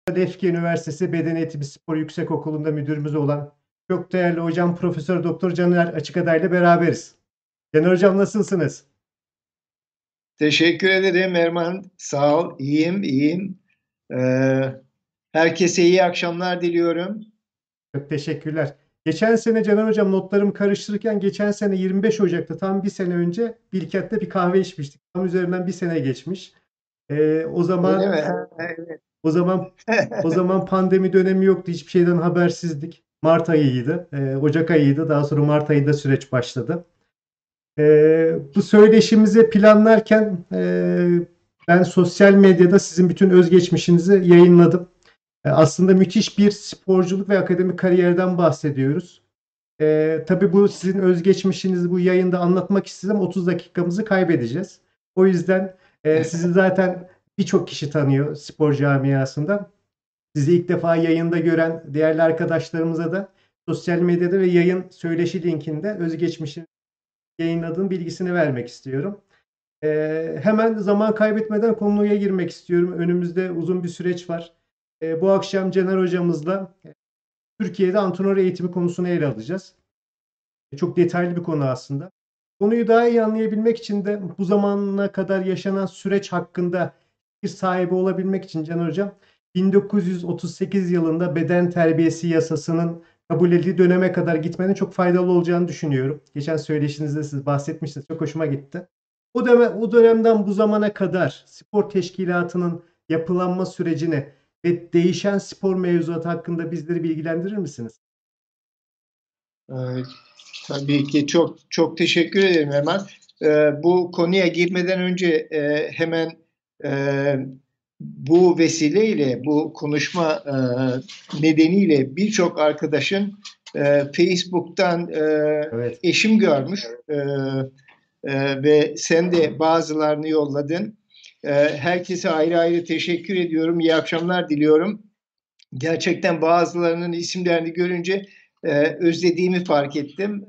Lefke Üniversitesi Beden Eğitimi Spor Yüksekokulu'nda müdürümüz olan çok değerli hocam Profesör Doktor Caner Açıkaday ile beraberiz. Caner hocam nasılsınız? Teşekkür ederim Erman. Sağ ol. İyiyim. Herkese iyi akşamlar diliyorum. Çok teşekkürler. Geçen sene Caner hocam notlarımı karıştırırken geçen sene 25 Ocak'ta tam bir sene önce Bilkent'te bir kahve içmiştik. Tam üzerinden bir sene geçmiş. O Öyle zaman mi? Evet. o zaman o zaman pandemi dönemi yoktu. Hiçbir şeyden habersizdik. Mart ayıydı. Ocak ayıydı. Daha sonra Mart ayında süreç başladı. Bu söyleşimizi planlarken ben sosyal medyada sizin bütün özgeçmişinizi yayınladım. Aslında müthiş bir sporculuk ve akademik kariyerden bahsediyoruz. Tabii bu sizin özgeçmişinizi bu yayında anlatmak istesem 30 dakikamızı kaybedeceğiz. O yüzden sizi zaten birçok kişi tanıyor spor camiasından. Sizi ilk defa yayında gören değerli arkadaşlarımıza da sosyal medyada ve yayın söyleşi linkinde özgeçmişini yayınladığım bilgisini vermek istiyorum. Hemen zaman kaybetmeden konuya girmek istiyorum. Önümüzde uzun bir süreç var. Bu akşam Caner hocamızla Türkiye'de antrenör eğitimi konusunu ele alacağız. Çok detaylı bir konu aslında. Konuyu daha iyi anlayabilmek için de bu zamana kadar yaşanan süreç hakkında bir sahibi olabilmek için Caner hocam 1938 yılında beden terbiyesi yasasının kabul edildiği döneme kadar gitmenin çok faydalı olacağını düşünüyorum. Geçen söyleşinizde siz bahsetmiştiniz. Çok hoşuma gitti. O dönemden bu zamana kadar spor teşkilatının yapılanma sürecini ve değişen spor mevzuatı hakkında bizleri bilgilendirir misiniz? Ee, tabii ki çok teşekkür ederim Erman. Bu konuya girmeden önce hemen e, bu vesileyle, bu konuşma nedeniyle birçok arkadaşın Facebook'tan Evet. eşim görmüş ve sen de bazılarını yolladın. Herkese ayrı ayrı teşekkür ediyorum. İyi akşamlar diliyorum. Gerçekten bazılarının isimlerini görünce özlediğimi fark ettim.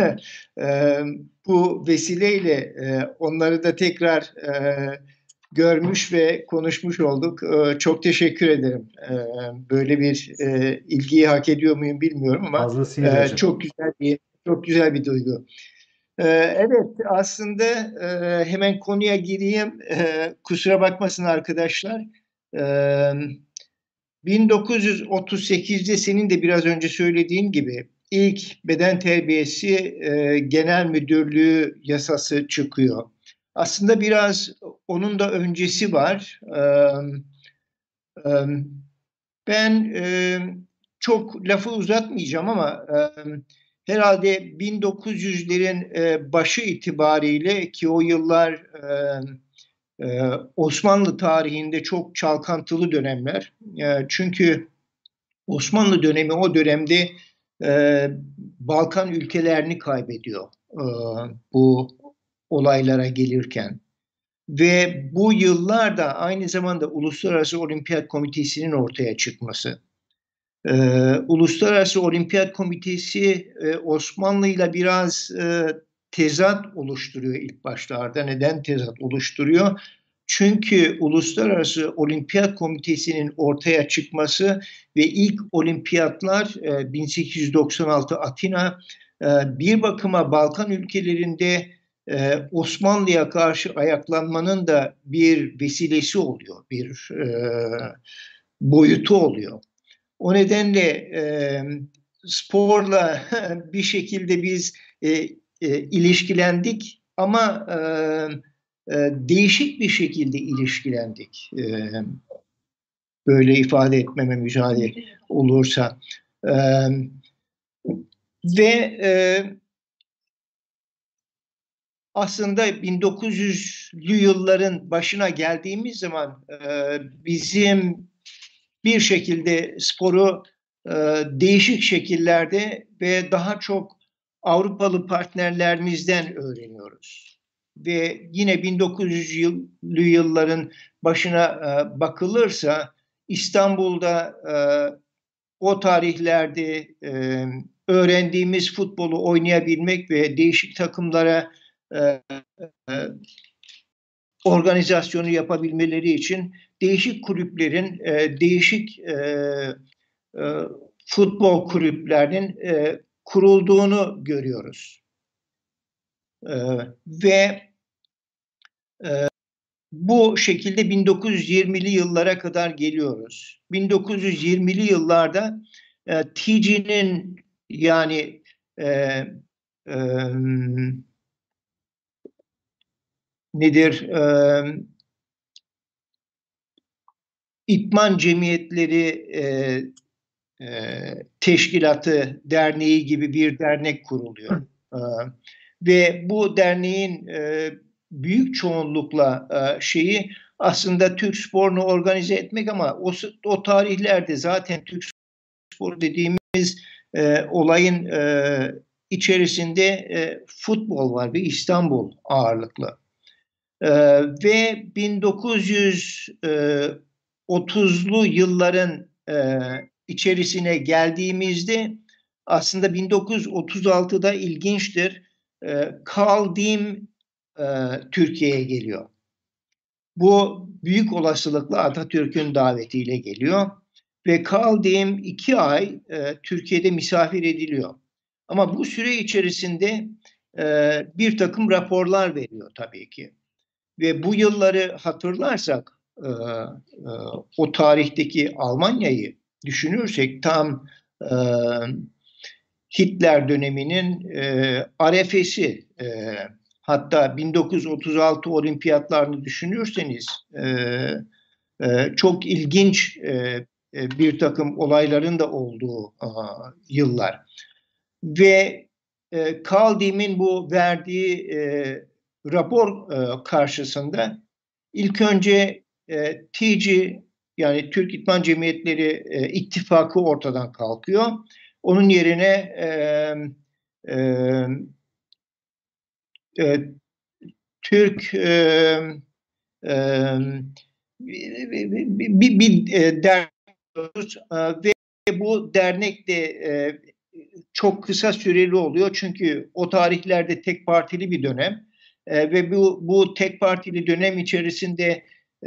Bu vesileyle onları da tekrar görmüş ve konuşmuş olduk. Çok teşekkür ederim. Böyle bir ilgiyi hak ediyor muyum bilmiyorum ama Fazlasıyla hocam. çok güzel bir duygu. Evet, aslında hemen konuya gireyim. Kusura bakmasın arkadaşlar. 1938'de senin de biraz önce söylediğin gibi ilk beden terbiyesi genel müdürlüğü yasası çıkıyor. Aslında biraz onun da öncesi var. Ben çok lafı uzatmayacağım ama herhalde 1900'lerin başı itibariyle ki o yıllar Osmanlı tarihinde çok çalkantılı dönemler. Çünkü Osmanlı dönemi o dönemde Balkan ülkelerini kaybediyor bu olaylara gelirken. Ve bu yıllarda aynı zamanda Uluslararası Olimpiyat Komitesi'nin ortaya çıkması. Uluslararası Olimpiyat Komitesi Osmanlı ile biraz tezat oluşturuyor ilk başlarda. Neden tezat oluşturuyor? Çünkü Uluslararası Olimpiyat Komitesi'nin ortaya çıkması ve ilk olimpiyatlar 1896 Atina bir bakıma Balkan ülkelerinde Osmanlı'ya karşı ayaklanmanın da bir vesilesi oluyor, bir boyutu oluyor. O nedenle sporla bir şekilde biz ilişkilendik ama değişik bir şekilde ilişkilendik. Böyle ifade etmeme müsaade olursa. E, ve aslında 1900'lü yılların başına geldiğimiz zaman bizim bir şekilde sporu değişik şekillerde ve daha çok Avrupalı partnerlerimizden öğreniyoruz. Ve yine 1900'lü yılların başına bakılırsa İstanbul'da o tarihlerde öğrendiğimiz futbolu oynayabilmek ve değişik takımlara e, organizasyonu yapabilmeleri için değişik kulüplerin, değişik futbol kulüplerinin kurulduğunu görüyoruz. Ve bu şekilde 1920'li yıllara kadar geliyoruz. 1920'li yıllarda TG'nin yani e, e, nedir? İtman Cemiyetleri Teşkilatı Derneği gibi bir dernek kuruluyor. Ve bu derneğin büyük çoğunlukla şeyi aslında Türk sporunu organize etmek ama o tarihlerde zaten Türk spor dediğimiz olayın içerisinde futbol var ve İstanbul ağırlıklı. Ve 1930'lu yılların içerisine geldiğimizde aslında 1936'da ilginçtir. Karl Diem Türkiye'ye geliyor. Bu büyük olasılıkla Atatürk'ün davetiyle geliyor. Ve Karl Diem 2 ay Türkiye'de misafir ediliyor. Ama bu süre içerisinde bir takım raporlar veriyor tabii ki. Ve bu yılları hatırlarsak o tarihteki Almanya'yı düşünürsek tam Hitler döneminin arefesi, hatta 1936 olimpiyatlarını düşünürseniz çok ilginç bir takım olayların da olduğu yıllar. Ve Karl Diem'in bu verdiği rapor karşısında ilk önce TG yani Türk İtman Cemiyetleri İttifakı ortadan kalkıyor. Onun yerine Türk bir dernek ve bu dernek de çok kısa süreli oluyor. Çünkü o tarihlerde tek partili bir dönem ve bu tek partili dönem içerisinde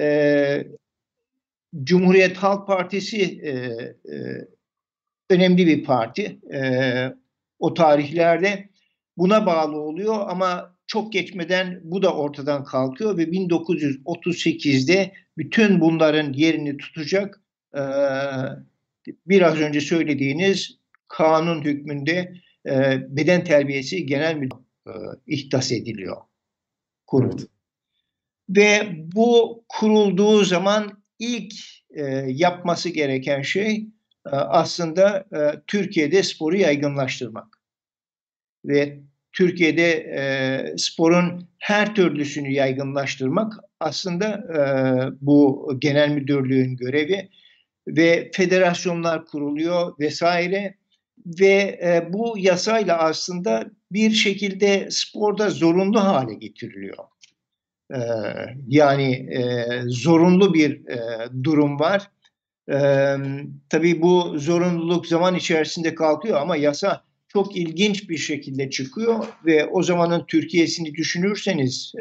Cumhuriyet Halk Partisi önemli bir parti. O tarihlerde buna bağlı oluyor ama çok geçmeden bu da ortadan kalkıyor ve 1938'de bütün bunların yerini tutacak biraz önce söylediğiniz kanun hükmünde beden terbiyesi genel müdür ihdas ediliyor. Kuruluyor. Evet. Ve bu kurulduğu zaman ilk yapması gereken şey aslında Türkiye'de sporu yaygınlaştırmak. Ve Türkiye'de sporun her türlüsünü yaygınlaştırmak aslında bu genel müdürlüğün görevi ve federasyonlar kuruluyor vesaire ve bu yasayla aslında bir şekilde sporda zorunlu hale getiriliyor. Yani zorunlu bir durum var. Tabii bu zorunluluk zaman içerisinde kalkıyor ama yasa çok ilginç bir şekilde çıkıyor ve o zamanın Türkiye'sini düşünürseniz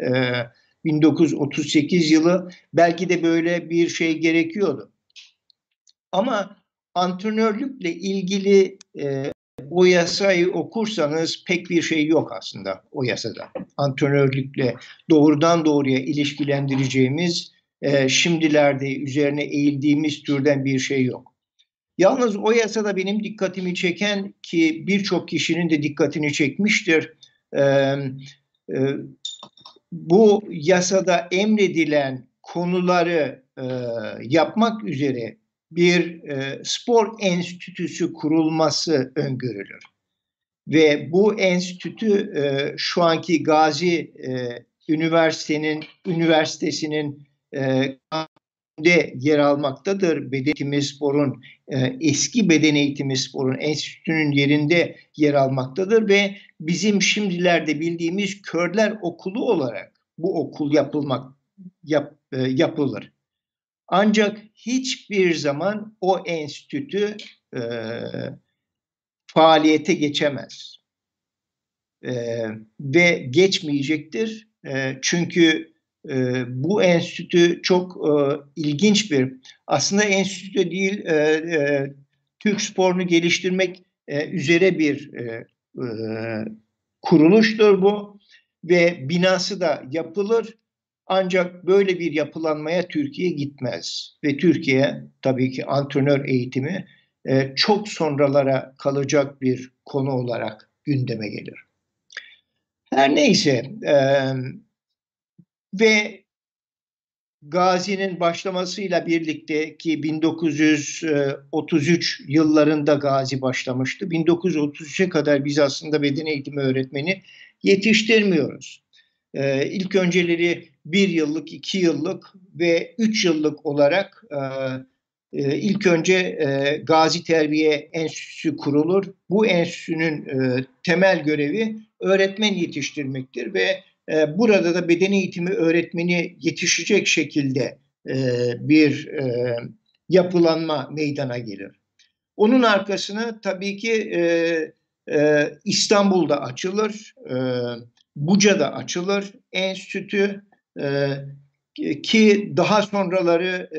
1938 yılı belki de böyle bir şey gerekiyordu. Ama antrenörlükle ilgili o yasayı okursanız pek bir şey yok aslında o yasada. Antrenörlükle doğrudan doğruya ilişkilendireceğimiz, şimdilerde üzerine eğildiğimiz türden bir şey yok. Yalnız o yasada benim dikkatimi çeken ki birçok kişinin de dikkatini çekmiştir. Bu yasada emredilen konuları yapmak üzere bir spor enstitüsü kurulması öngörülür. Ve bu enstitü şu anki Gazi Üniversitesi'nin de yer almaktadır. Beden Eğitimi Spor'un eski Beden Eğitimi Spor'un enstitünün yerinde yer almaktadır ve bizim şimdilerde bildiğimiz Körler Okulu olarak bu okul yapılır. Ancak hiçbir zaman o enstitü faaliyete geçemez. Ve geçmeyecektir. Çünkü Bu enstitü çok ilginç bir, aslında enstitü değil, Türk sporunu geliştirmek üzere bir kuruluştur bu ve binası da yapılır. Ancak böyle bir yapılanmaya Türkiye gitmez ve Türkiye tabii ki antrenör eğitimi çok sonralara kalacak bir konu olarak gündeme gelir. Her neyse, ve Gazi'nin başlamasıyla birlikte ki 1933 yıllarında Gazi başlamıştı. 1933'e kadar biz aslında beden eğitimi öğretmeni yetiştirmiyoruz. İlk önceleri 1 yıllık, 2 yıllık ve 3 yıllık olarak ilk önce Gazi Terbiye Enstitüsü kurulur. Bu enstitünün temel görevi öğretmen yetiştirmektir ve burada da beden eğitimi öğretmeni yetişecek şekilde bir yapılanma meydana gelir. Onun arkasına tabii ki İstanbul'da açılır, Buca'da açılır enstitü, ki daha sonraları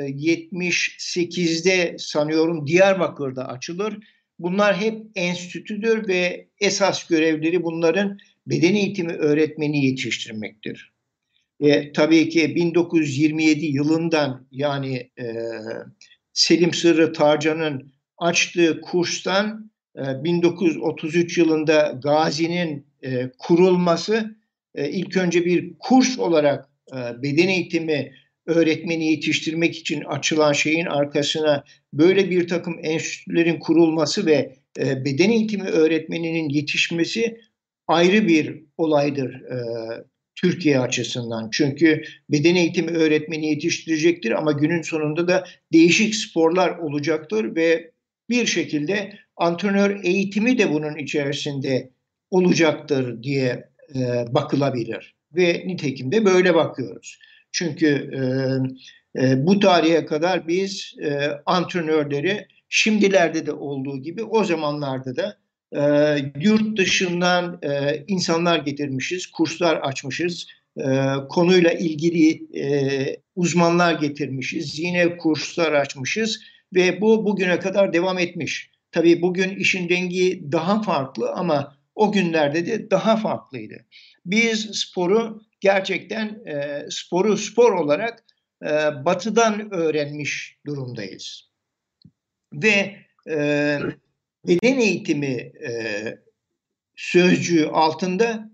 78'de sanıyorum Diyarbakır'da açılır. Bunlar hep enstitüdür ve esas görevleri bunların beden eğitimi öğretmeni yetiştirmektir. Tabii ki 1927 yılından, yani Selim Sırrı Tarcan'ın açtığı kurstan 1933 yılında Gazi'nin kurulması, ilk önce bir kurs olarak beden eğitimi öğretmeni yetiştirmek için açılan şeyin arkasına böyle bir takım enstitülerin kurulması ve beden eğitimi öğretmeninin yetişmesi ayrı bir olaydır Türkiye açısından. Çünkü beden eğitimi öğretmeni yetiştirecektir ama günün sonunda da değişik sporlar olacaktır ve bir şekilde antrenör eğitimi de bunun içerisinde olacaktır diye bakılabilir. Ve nitekim de böyle bakıyoruz. Çünkü bu tarihe kadar biz antrenörleri şimdilerde de olduğu gibi o zamanlarda da yurt dışından insanlar getirmişiz, kurslar açmışız, konuyla ilgili uzmanlar getirmişiz, yine kurslar açmışız ve bu bugüne kadar devam etmiş. Tabii bugün işin rengi daha farklı ama o günlerde de daha farklıydı. Biz sporu gerçekten sporu spor olarak batıdan öğrenmiş durumdayız. Ve beden eğitimi sözcüğü altında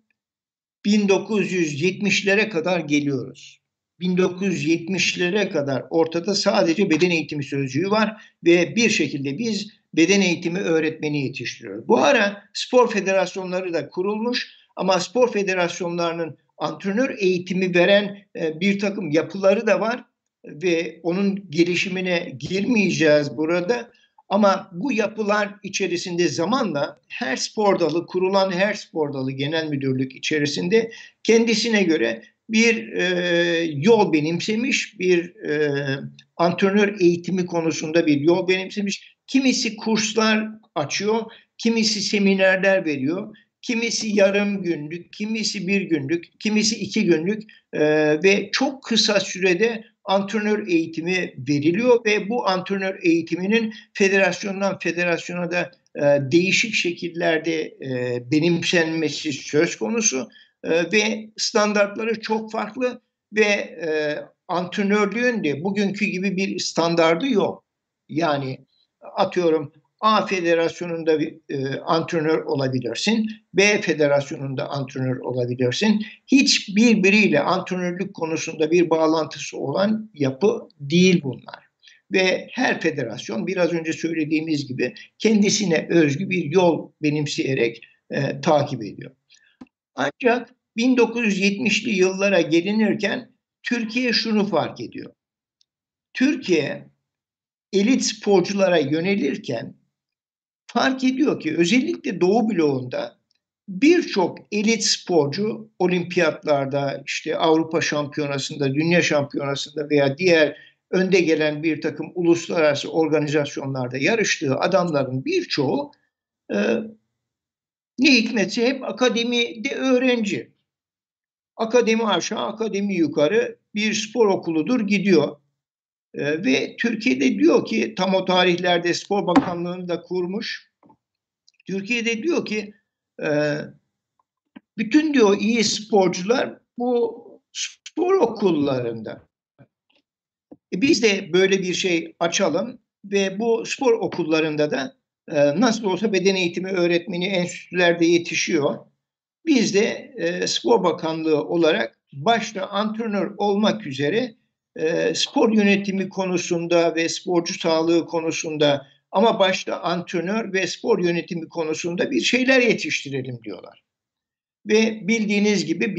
1970'lere kadar geliyoruz. 1970'lere kadar ortada sadece beden eğitimi sözcüğü var ve bir şekilde biz beden eğitimi öğretmeni yetiştiriyoruz. Bu ara spor federasyonları da kurulmuş ama spor federasyonlarının antrenör eğitimi veren bir takım yapıları da var ve onun gelişimine girmeyeceğiz burada. Ama bu yapılar içerisinde zamanla her spor dalı, kurulan her spor dalı genel müdürlük içerisinde kendisine göre bir yol benimsemiş, bir antrenör eğitimi konusunda bir yol benimsemiş. Kimisi kurslar açıyor, kimisi seminerler veriyor, kimisi yarım günlük, kimisi 1 günlük, kimisi 2 günlük ve çok kısa sürede antrenör eğitimi veriliyor ve bu antrenör eğitiminin federasyondan federasyona da değişik şekillerde benimsenmesi söz konusu ve standartları çok farklı ve antrenörlüğün de bugünkü gibi bir standardı yok. Yani atıyorum A federasyonunda bir antrenör olabilirsin, B federasyonunda antrenör olabilirsin. Hiç birbiriyle antrenörlük konusunda bir bağlantısı olan yapı değil bunlar. Ve her federasyon biraz önce söylediğimiz gibi kendisine özgü bir yol benimseyerek takip ediyor. Ancak 1970'li yıllara gelinirken Türkiye şunu fark ediyor. Türkiye elit sporculara yönelirken fark ediyor ki özellikle Doğu bloğunda birçok elit sporcu olimpiyatlarda, işte Avrupa Şampiyonası'nda, Dünya Şampiyonası'nda veya diğer önde gelen bir takım uluslararası organizasyonlarda yarıştığı adamların birçoğu ne hikmetse hep akademide öğrenci. Akademi aşağı, akademi yukarı bir spor okuludur, gidiyor. Ve Türkiye'de diyor ki, tam o tarihlerde Spor Bakanlığı'nı da kurmuş. Türkiye'de diyor ki bütün diyor iyi sporcular bu spor okullarında. Biz de böyle bir şey açalım ve bu spor okullarında da nasıl olsa beden eğitimi öğretmeni enstitülerde yetişiyor. Biz de Spor Bakanlığı olarak başta antrenör olmak üzere spor yönetimi konusunda ve sporcu sağlığı konusunda, ama başta antrenör ve spor yönetimi konusunda bir şeyler yetiştirelim diyorlar. Ve bildiğiniz gibi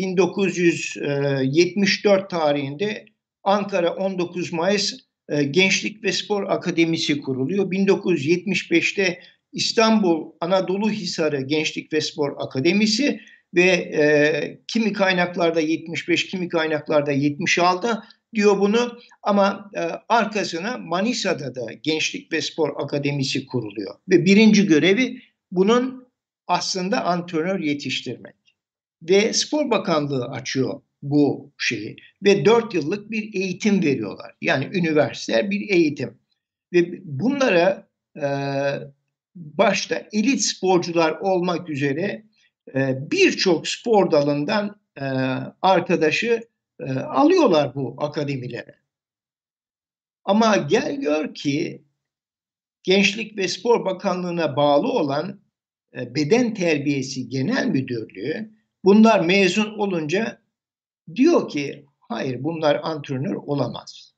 1974 tarihinde Ankara 19 Mayıs Gençlik ve Spor Akademisi kuruluyor. 1975'te İstanbul Anadolu Hisarı Gençlik ve Spor Akademisi ve kimi kaynaklarda 75, kimi kaynaklarda 76 diyor bunu, ama arkasına Manisa'da da Gençlik ve Spor Akademisi kuruluyor. Ve birinci görevi bunun aslında antrenör yetiştirmek. Ve Spor Bakanlığı açıyor bu şeyi ve 4 yıllık bir eğitim veriyorlar. Yani üniversite bir eğitim. Ve bunlara başta elit sporcular olmak üzere birçok spor dalından arkadaşı alıyorlar bu akademilere. Ama gel gör ki Gençlik ve Spor Bakanlığı'na bağlı olan Beden Terbiyesi Genel Müdürlüğü bunlar mezun olunca diyor ki hayır, bunlar antrenör olamaz.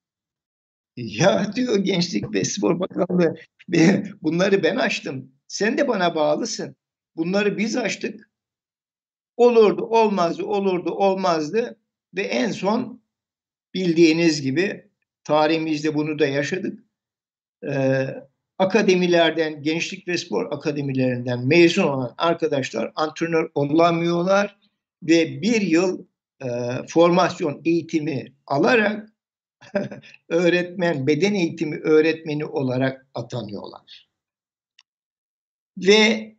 Ya diyor Gençlik ve Spor Bakanlığı, bunları ben açtım. Sen de bana bağlısın. Bunları biz açtık. Olurdu olmazdı, olurdu olmazdı ve en son bildiğiniz gibi tarihimizde bunu da yaşadık. Akademilerden, gençlik ve spor akademilerinden mezun olan arkadaşlar antrenör olamıyorlar ve bir yıl formasyon eğitimi alarak öğretmen, beden eğitimi öğretmeni olarak atanıyorlar. Ve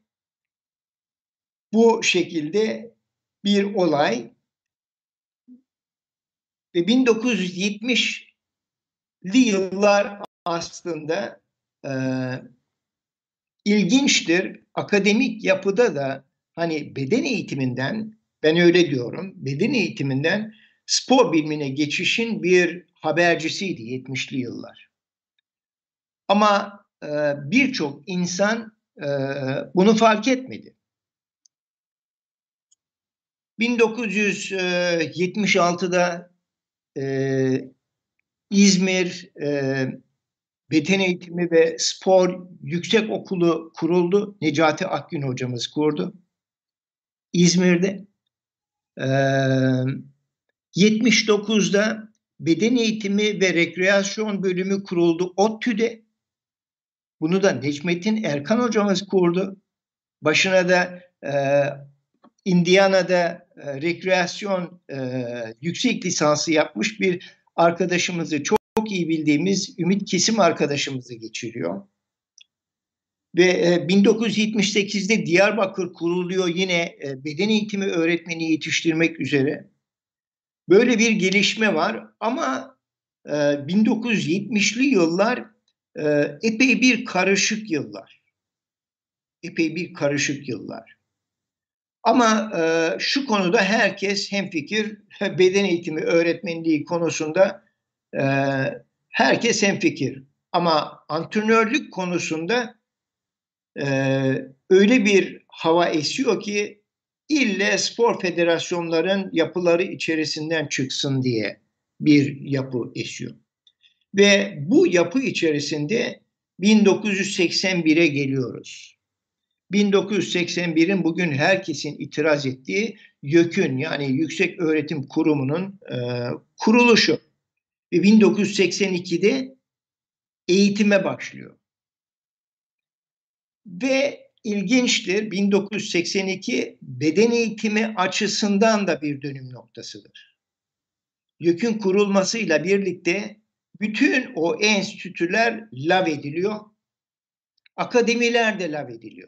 bu şekilde bir olay ve 1970'li yıllar aslında ilginçtir. Akademik yapıda da hani beden eğitiminden, ben öyle diyorum, beden eğitiminden spor bilimine geçişin bir habercisiydi 70'li yıllar. Ama birçok insan bunu fark etmedi. 1976'da İzmir Beden Eğitimi ve Spor Yüksek Okulu kuruldu. Necati Akgün hocamız kurdu İzmir'de. 79'da Beden Eğitimi ve Rekreasyon Bölümü kuruldu ODTÜ'de. Bunu da Necmettin Erkan hocamız kurdu. Başına da Indiana'da rekreasyon yüksek lisansı yapmış bir arkadaşımızı, çok iyi bildiğimiz Ümit Kesim arkadaşımızı geçiriyor. Ve 1978'de Diyarbakır kuruluyor yine beden eğitimi öğretmeni yetiştirmek üzere. Böyle bir gelişme var ama 1970'li yıllar epey bir karışık yıllar. Epey bir karışık yıllar. Ama şu konuda herkes hemfikir, beden eğitimi öğretmenliği konusunda herkes hemfikir. Ama antrenörlük konusunda öyle bir hava esiyor ki ille spor federasyonların yapıları içerisinden çıksın diye bir yapı esiyor. Ve bu yapı içerisinde 1981'e geliyoruz. 1981'in bugün herkesin itiraz ettiği YÖK'ün, yani Yüksek Öğretim Kurumu'nun kuruluşu. Ve 1982'de eğitime başlıyor. Ve ilginçtir, 1982 beden eğitimi açısından da bir dönüm noktasıdır. YÖK'ün kurulmasıyla birlikte bütün o enstitüler lağvediliyor, akademiler de lağvediliyor.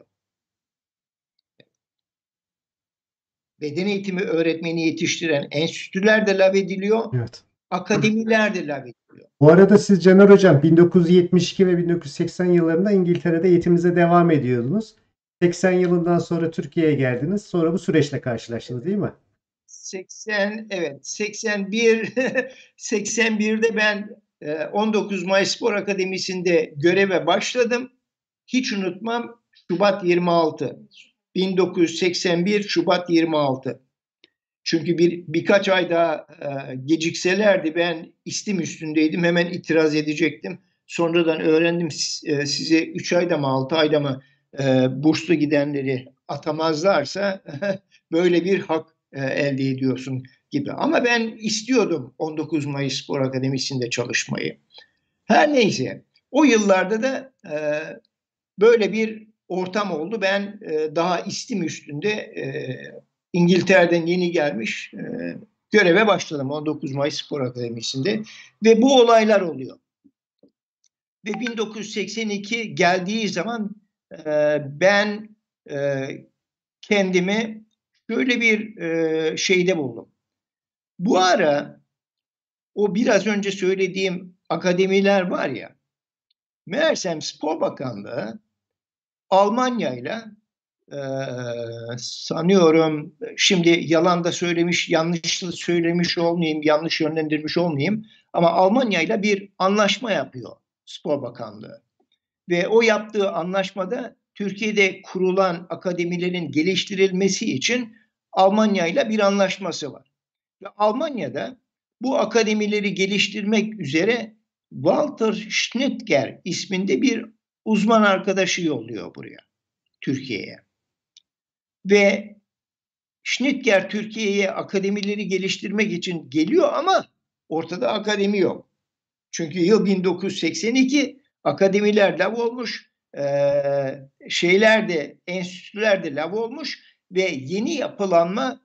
Beden eğitimi öğretmeni yetiştiren enstitüler de lağvediliyor. Evet. Akademiler de laf ediyor. Bu arada siz Caner Hocam 1972 ve 1980 yıllarında İngiltere'de eğitiminize devam ediyordunuz. 80 yılından sonra Türkiye'ye geldiniz. Sonra bu süreçle karşılaştınız değil mi? 80 evet 81 81'de ben 19 Mayıs Spor Akademisi'nde göreve başladım. Hiç unutmam, Şubat 26. 1981 Şubat 26. Çünkü birkaç ay daha gecikselerdi ben istim üstündeydim. Hemen itiraz edecektim. Sonradan öğrendim, size 3 ayda mı 6 ayda mı burslu gidenleri atamazlarsa böyle bir hak elde ediyorsun gibi. Ama ben istiyordum 19 Mayıs Spor Akademisi'nde çalışmayı. Her neyse, o yıllarda da böyle bir ortam oldu. Ben daha istim üstünde İngiltere'den yeni gelmiş göreve başladım 19 Mayıs Spor Akademisi'nde ve bu olaylar oluyor. Ve 1982 geldiği zaman ben kendimi şöyle bir şeyde buldum. Bu ara o biraz önce söylediğim akademiler var ya, meğersem Spor Bakanlığı Almanya'yla sanıyorum, şimdi yalan da söylemiş, yanlış da söylemiş olmayayım, yanlış yönlendirmiş olmayayım, ama Almanya'yla bir anlaşma yapıyor Spor Bakanlığı. Ve o yaptığı anlaşmada Türkiye'de kurulan akademilerin geliştirilmesi için Almanya'yla bir anlaşması var. Ve Almanya'da bu akademileri geliştirmek üzere Walter Schnitger isminde bir uzman arkadaşı yolluyor buraya, Türkiye'ye. Ve Schnitger Türkiye'ye akademileri geliştirmek için geliyor ama ortada akademi yok. Çünkü yıl 1982, akademiler lav olmuş, enstitüler de lav olmuş ve yeni yapılanma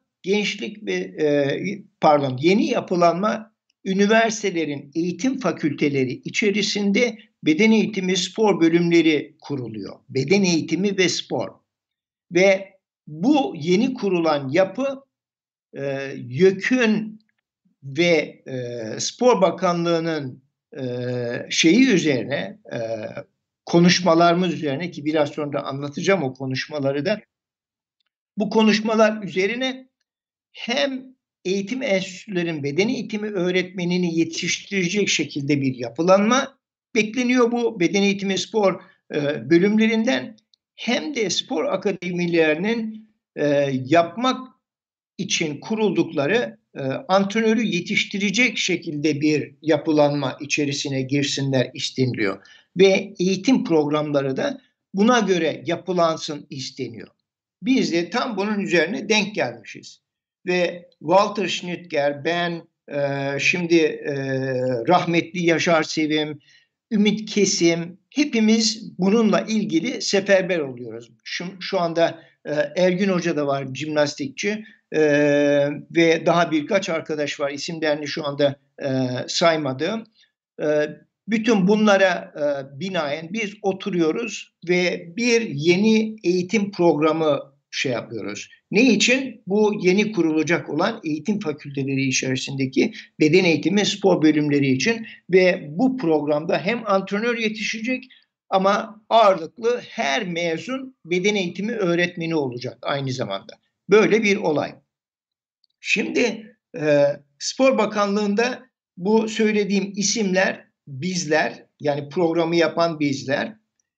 yeni yapılanma üniversitelerin eğitim fakülteleri içerisinde beden eğitimi, spor bölümleri kuruluyor. Beden eğitimi ve spor. Ve bu yeni kurulan yapı YÖK'ün ve Spor Bakanlığı'nın şeyi üzerine, konuşmalarımız üzerine, ki biraz sonra anlatacağım o konuşmaları da, bu konuşmalar üzerine hem eğitim enstitülerin beden eğitimi öğretmenini yetiştirecek şekilde bir yapılanma bekleniyor bu beden eğitimi spor bölümlerinden, hem de spor akademilerinin yapmak için kuruldukları antrenörü yetiştirecek şekilde bir yapılanma içerisine girsinler isteniliyor. Ve eğitim programları da buna göre yapılansın isteniyor. Biz de tam bunun üzerine denk gelmişiz. Ve Walter Schnitger, ben, şimdi rahmetli Yaşar Sevim, Ümit Kesim, hepimiz bununla ilgili seferber oluyoruz. Şu anda Ergün Hoca da var, jimnastikçi, ve daha birkaç arkadaş var, isimlerini şu anda saymadığım. Bütün bunlara binaen biz oturuyoruz ve bir yeni eğitim programı şey yapıyoruz. Ne için? Bu yeni kurulacak olan eğitim fakülteleri içerisindeki beden eğitimi, spor bölümleri için. Ve bu programda hem antrenör yetişecek ama ağırlıklı her mezun beden eğitimi öğretmeni olacak aynı zamanda. Böyle bir olay. Şimdi Spor Bakanlığı'nda bu söylediğim isimler bizler, yani programı yapan bizler.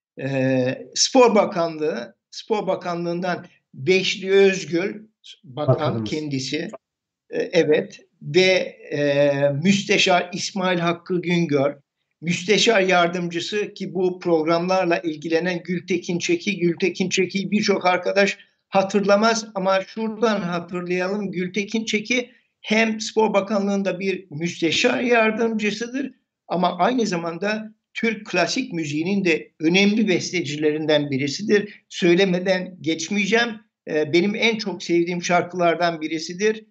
Spor Bakanlığı'ndan Beşli Özgül bakan Bakanımız. kendisi, evet, ve Müsteşar İsmail Hakkı Güngör, Müsteşar Yardımcısı, ki bu programlarla ilgilenen Gültekin Çeki. Gültekin Çeki'yi birçok arkadaş hatırlamaz ama şuradan hatırlayalım. Gültekin Çeki hem Spor Bakanlığı'nda bir müsteşar yardımcısıdır ama aynı zamanda Türk klasik müziğinin de önemli bestecilerinden birisidir. Söylemeden geçmeyeceğim. Benim en çok sevdiğim şarkılardan birisidir.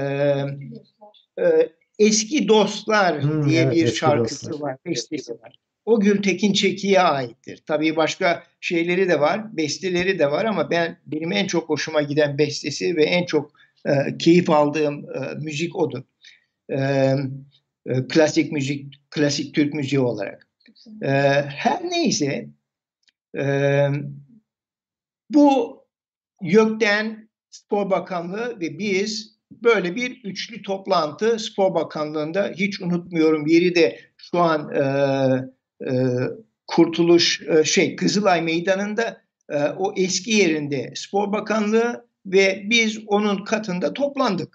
Eski Dostlar diye Evet, bir eski şarkısı dostlar. var, bestesi var. O Gültekin Çeki'ye aittir. Tabii başka şeyleri de var, besteleri de var ama benim en çok hoşuma giden bestesi ve en çok keyif aldığım müzik odur. klasik müzik, klasik Türk müziği olarak. Her neyse, bu YÖK'ten, Spor Bakanlığı ve biz böyle bir üçlü toplantı Spor Bakanlığı'nda, hiç unutmuyorum, yeri de şu an Kurtuluş Kızılay Meydanı'nda, o eski yerinde Spor Bakanlığı ve biz onun katında toplandık.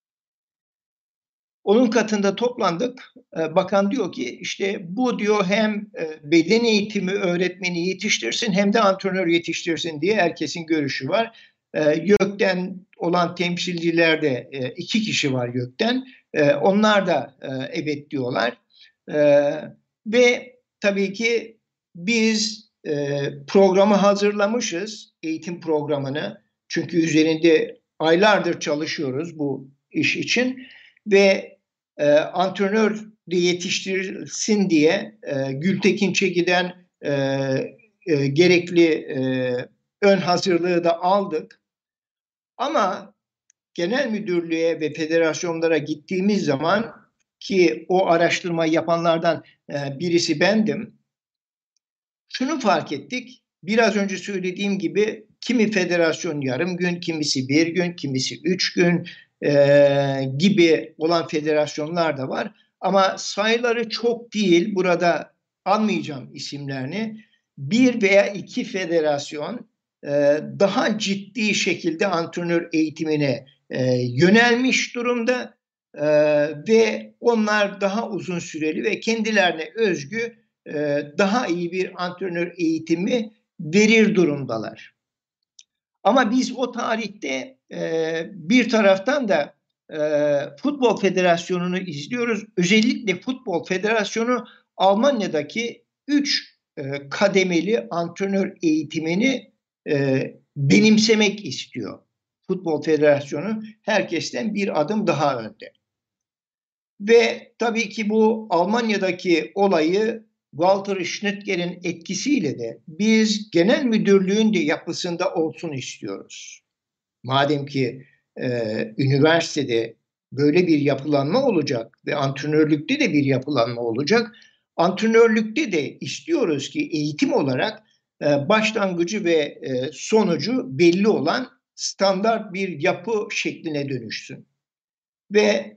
Onun katında toplandık. Bakan diyor ki işte bu diyor hem beden eğitimi öğretmeni yetiştirsin hem de antrenör yetiştirsin diye herkesin görüşü var. YÖK'ten olan temsilciler de 2 kişi var YÖK'ten. Onlar da evet diyorlar. Ve tabii ki biz programı hazırlamışız, eğitim programını. Çünkü üzerinde aylardır çalışıyoruz bu iş için ve antrenör de yetiştirilsin diye Gültekin Çeki'den gerekli ön hazırlığı da aldık. Ama genel müdürlüğe ve federasyonlara gittiğimiz zaman, ki o araştırmayı yapanlardan birisi bendim, şunu fark ettik. Biraz önce söylediğim gibi kimi federasyon yarım gün, kimisi 1 gün, kimisi 3 gün gibi olan federasyonlar da var. Ama sayıları çok değil. Burada anmayacağım isimlerini. 1 veya 2 federasyon daha ciddi şekilde antrenör eğitimine yönelmiş durumda ve onlar daha uzun süreli ve kendilerine özgü daha iyi bir antrenör eğitimi verir durumdalar. Ama biz o tarihte bir taraftan da Futbol Federasyonu'nu izliyoruz. Özellikle Futbol Federasyonu Almanya'daki 3 kademeli antrenör eğitimini benimsemek istiyor. Futbol Federasyonu herkesten bir adım daha önde. Ve tabii ki bu Almanya'daki olayı Walter Schnitger'in etkisiyle de biz genel müdürlüğün de yapısında olsun istiyoruz. Madem ki üniversitede böyle bir yapılanma olacak ve antrenörlükte de bir yapılanma olacak, antrenörlükte de istiyoruz ki eğitim olarak başlangıcı ve sonucu belli olan standart bir yapı şekline dönüşsün. Ve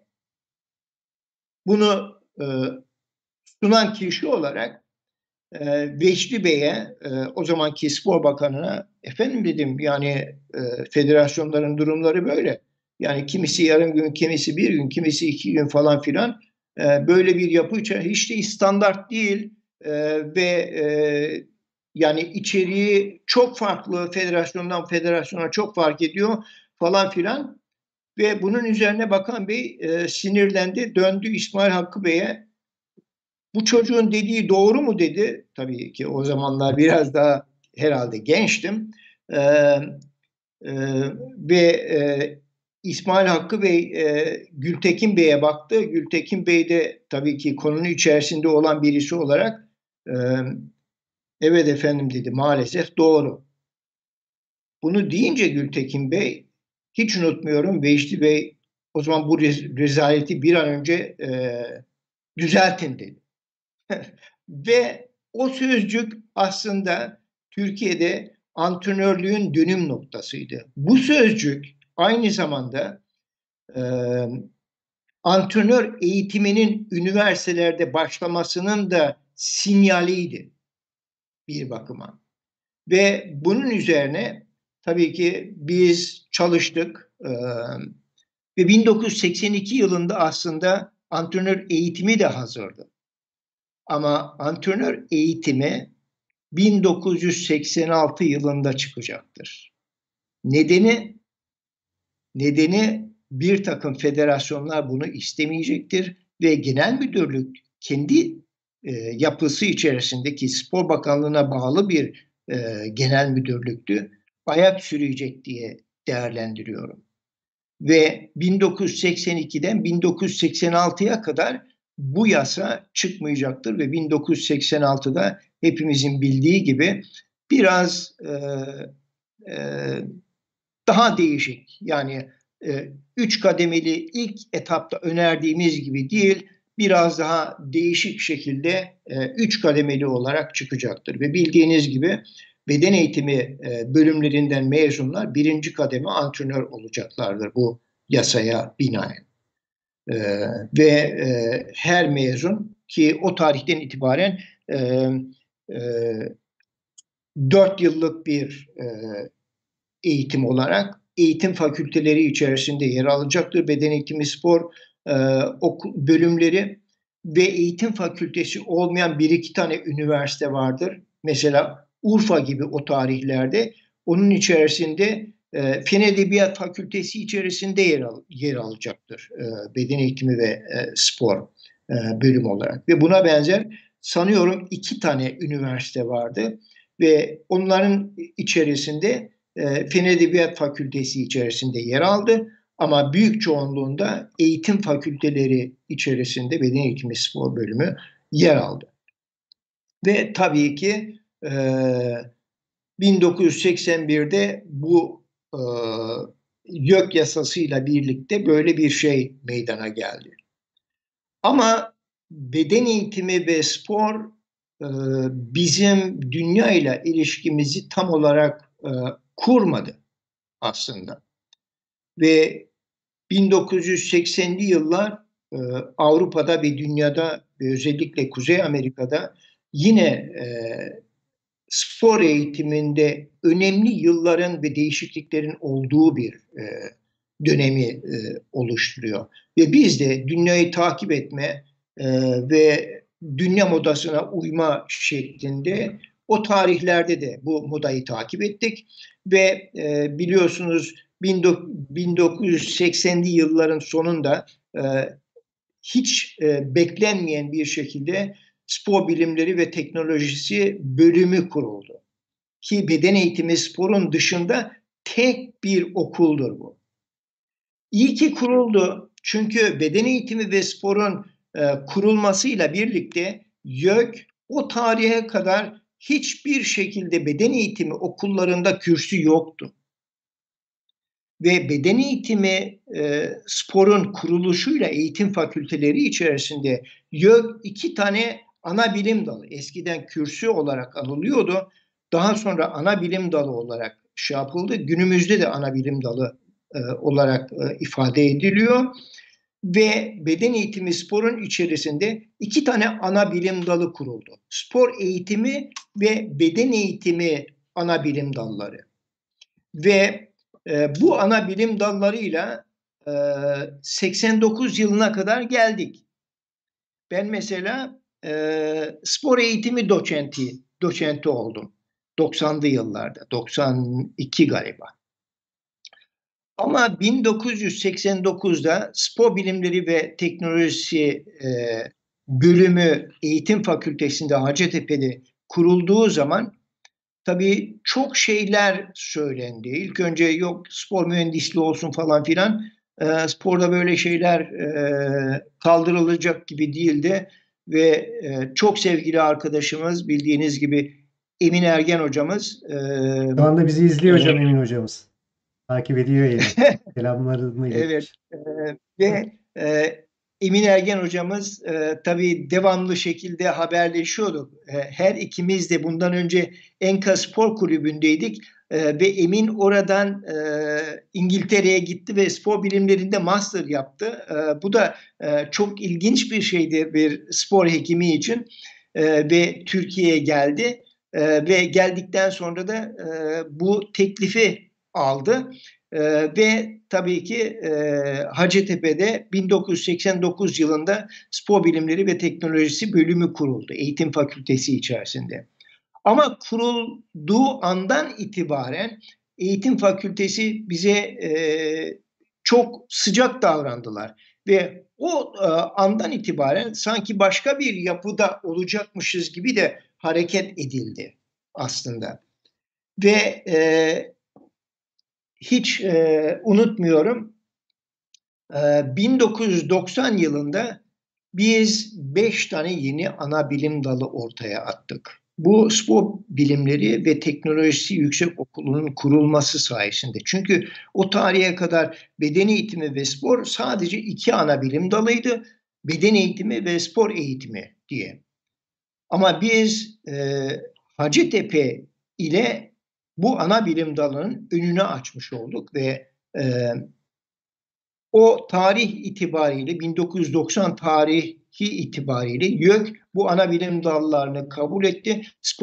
bunu sunan kişi olarak Vecdi Bey'e, o zamanki Spor Bakanı'na, efendim dedim, yani federasyonların durumları böyle. Yani kimisi yarım gün, kimisi 1 gün, kimisi 2 gün falan filan. Böyle bir yapı hiç de standart değil ve yani içeriği çok farklı, federasyondan federasyona çok fark ediyor falan filan. Ve bunun üzerine Bakan Bey sinirlendi, döndü İsmail Hakkı Bey'e. Bu çocuğun dediği doğru mu dedi. Tabii ki o zamanlar biraz daha herhalde gençtim. Ee, ve İsmail Hakkı Bey Gültekin Bey'e baktı. Gültekin Bey de tabii ki konunun içerisinde olan birisi olarak e, evet efendim dedi, maalesef doğru. Bunu deyince Gültekin Bey, hiç unutmuyorum, Vecdi Bey o zaman bu rezaleti bir an önce düzeltin dedi. Ve o sözcük aslında Türkiye'de antrenörlüğün dönüm noktasıydı. Bu sözcük aynı zamanda e, antrenör eğitiminin üniversitelerde başlamasının da sinyaliydi bir bakıma. Ve bunun üzerine tabii ki biz çalıştık ve 1982 yılında aslında antrenör eğitimi de hazırdı. Ama antrenör eğitimi 1986 yılında çıkacaktır. Nedeni bir takım federasyonlar bunu istemeyecektir ve genel müdürlük kendi yapısı içerisindeki Spor Bakanlığı'na bağlı bir genel müdürlüktü. Ayak sürüyecek diye değerlendiriyorum. Ve 1982'den 1986'ya kadar bu yasa çıkmayacaktır ve 1986'da hepimizin bildiği gibi biraz daha değişik, yani 3 kademeli ilk etapta önerdiğimiz gibi değil, biraz daha değişik şekilde 3 kademeli olarak çıkacaktır. Ve bildiğiniz gibi beden eğitimi bölümlerinden mezunlar 1. kademe antrenör olacaklardır bu yasaya binaen. Ve her mezun ki o tarihten itibaren e, e, 4 yıllık bir eğitim olarak eğitim fakülteleri içerisinde yer alacaktır. Beden eğitimi spor bölümleri ve eğitim fakültesi olmayan bir iki tane üniversite vardır. Mesela Urfa gibi o tarihlerde onun içerisinde Fen Edebiyat Fakültesi içerisinde yer alacaktır beden eğitimi ve spor bölüm olarak. Ve buna benzer sanıyorum 2 tane üniversite vardı ve onların içerisinde Fen Edebiyat Fakültesi içerisinde yer aldı. Ama büyük çoğunluğunda eğitim fakülteleri içerisinde beden eğitimi spor bölümü yer aldı. Ve tabii ki 1981'de bu YÖK yasasıyla birlikte böyle bir şey meydana geldi. Ama beden eğitimi ve spor bizim dünya ile ilişkimizi tam olarak kurmadı aslında. Ve 1980'li yıllar Avrupa'da ve dünyada ve özellikle Kuzey Amerika'da yine spor eğitiminde önemli yılların ve değişikliklerin olduğu bir dönemi oluşturuyor. Ve biz de dünyayı takip etme ve dünya modasına uyma şeklinde o tarihlerde de bu modayı takip ettik. Ve biliyorsunuz 1980'li yılların sonunda hiç beklenmeyen bir şekilde spor bilimleri ve teknolojisi bölümü kuruldu. Ki beden eğitimi sporun dışında tek bir okuldur bu. İyi ki kuruldu. Çünkü beden eğitimi ve sporun kurulmasıyla birlikte YÖK o tarihe kadar hiçbir şekilde beden eğitimi okullarında kürsü yoktu. Ve beden eğitimi sporun kuruluşuyla eğitim fakülteleri içerisinde YÖK 2 tane ana bilim dalı, eskiden kürsü olarak anılıyordu. Daha sonra ana bilim dalı olarak şey yapıldı. Günümüzde de ana bilim dalı olarak ifade ediliyor. Ve beden eğitimi sporun içerisinde 2 tane ana bilim dalı kuruldu. Spor eğitimi ve beden eğitimi ana bilim dalları. Ve bu ana bilim dallarıyla 89 yılına kadar geldik. Ben mesela spor eğitimi doçenti oldum. 90'lı yıllarda, 92 galiba. Ama 1989'da spor bilimleri ve teknolojisi bölümü eğitim fakültesinde Hacettepe'de kurulduğu zaman tabii çok şeyler söylendi. İlk önce yok spor mühendisliği olsun falan filan. Sporda böyle şeyler kaldırılacak gibi değildi. Ve çok sevgili arkadaşımız bildiğiniz gibi Emin Ergen hocamız. Şu anda bizi izliyor hocam Emin hocamız. Takip ediyor yayını. Selamlarını Evet. iletmiş. Ve Emin Ergen hocamız tabii devamlı şekilde haberleşiyorduk. Her ikimiz de bundan önce Enka Spor Kulübü'ndeydik. Ve Emin oradan İngiltere'ye gitti ve spor bilimlerinde master yaptı. Bu da çok ilginç bir şeydi bir spor hekimi için. Ve Türkiye'ye geldi. Ve geldikten sonra da bu teklifi aldı. Ve tabii ki Hacettepe'de 1989 yılında Spor Bilimleri ve Teknolojisi bölümü kuruldu. Eğitim Fakültesi içerisinde. Ama kurulduğu andan itibaren Eğitim Fakültesi bize çok sıcak davrandılar. Ve o andan itibaren sanki başka bir yapıda olacakmışız gibi de hareket edildi aslında. Ve hiç unutmuyorum 1990 yılında biz 5 tane yeni ana bilim dalı ortaya attık. Bu spor bilimleri ve teknolojisi yüksek okulunun kurulması sayesinde. Çünkü o tarihe kadar beden eğitimi ve spor sadece 2 ana bilim dalıydı beden eğitimi ve spor eğitimi diye. Ama biz Hacettepe ile bu ana bilim dalının önünü açmış olduk ve o tarih itibariyle 1990 tarihi itibariyle YÖK bu ana bilim dallarını kabul etti.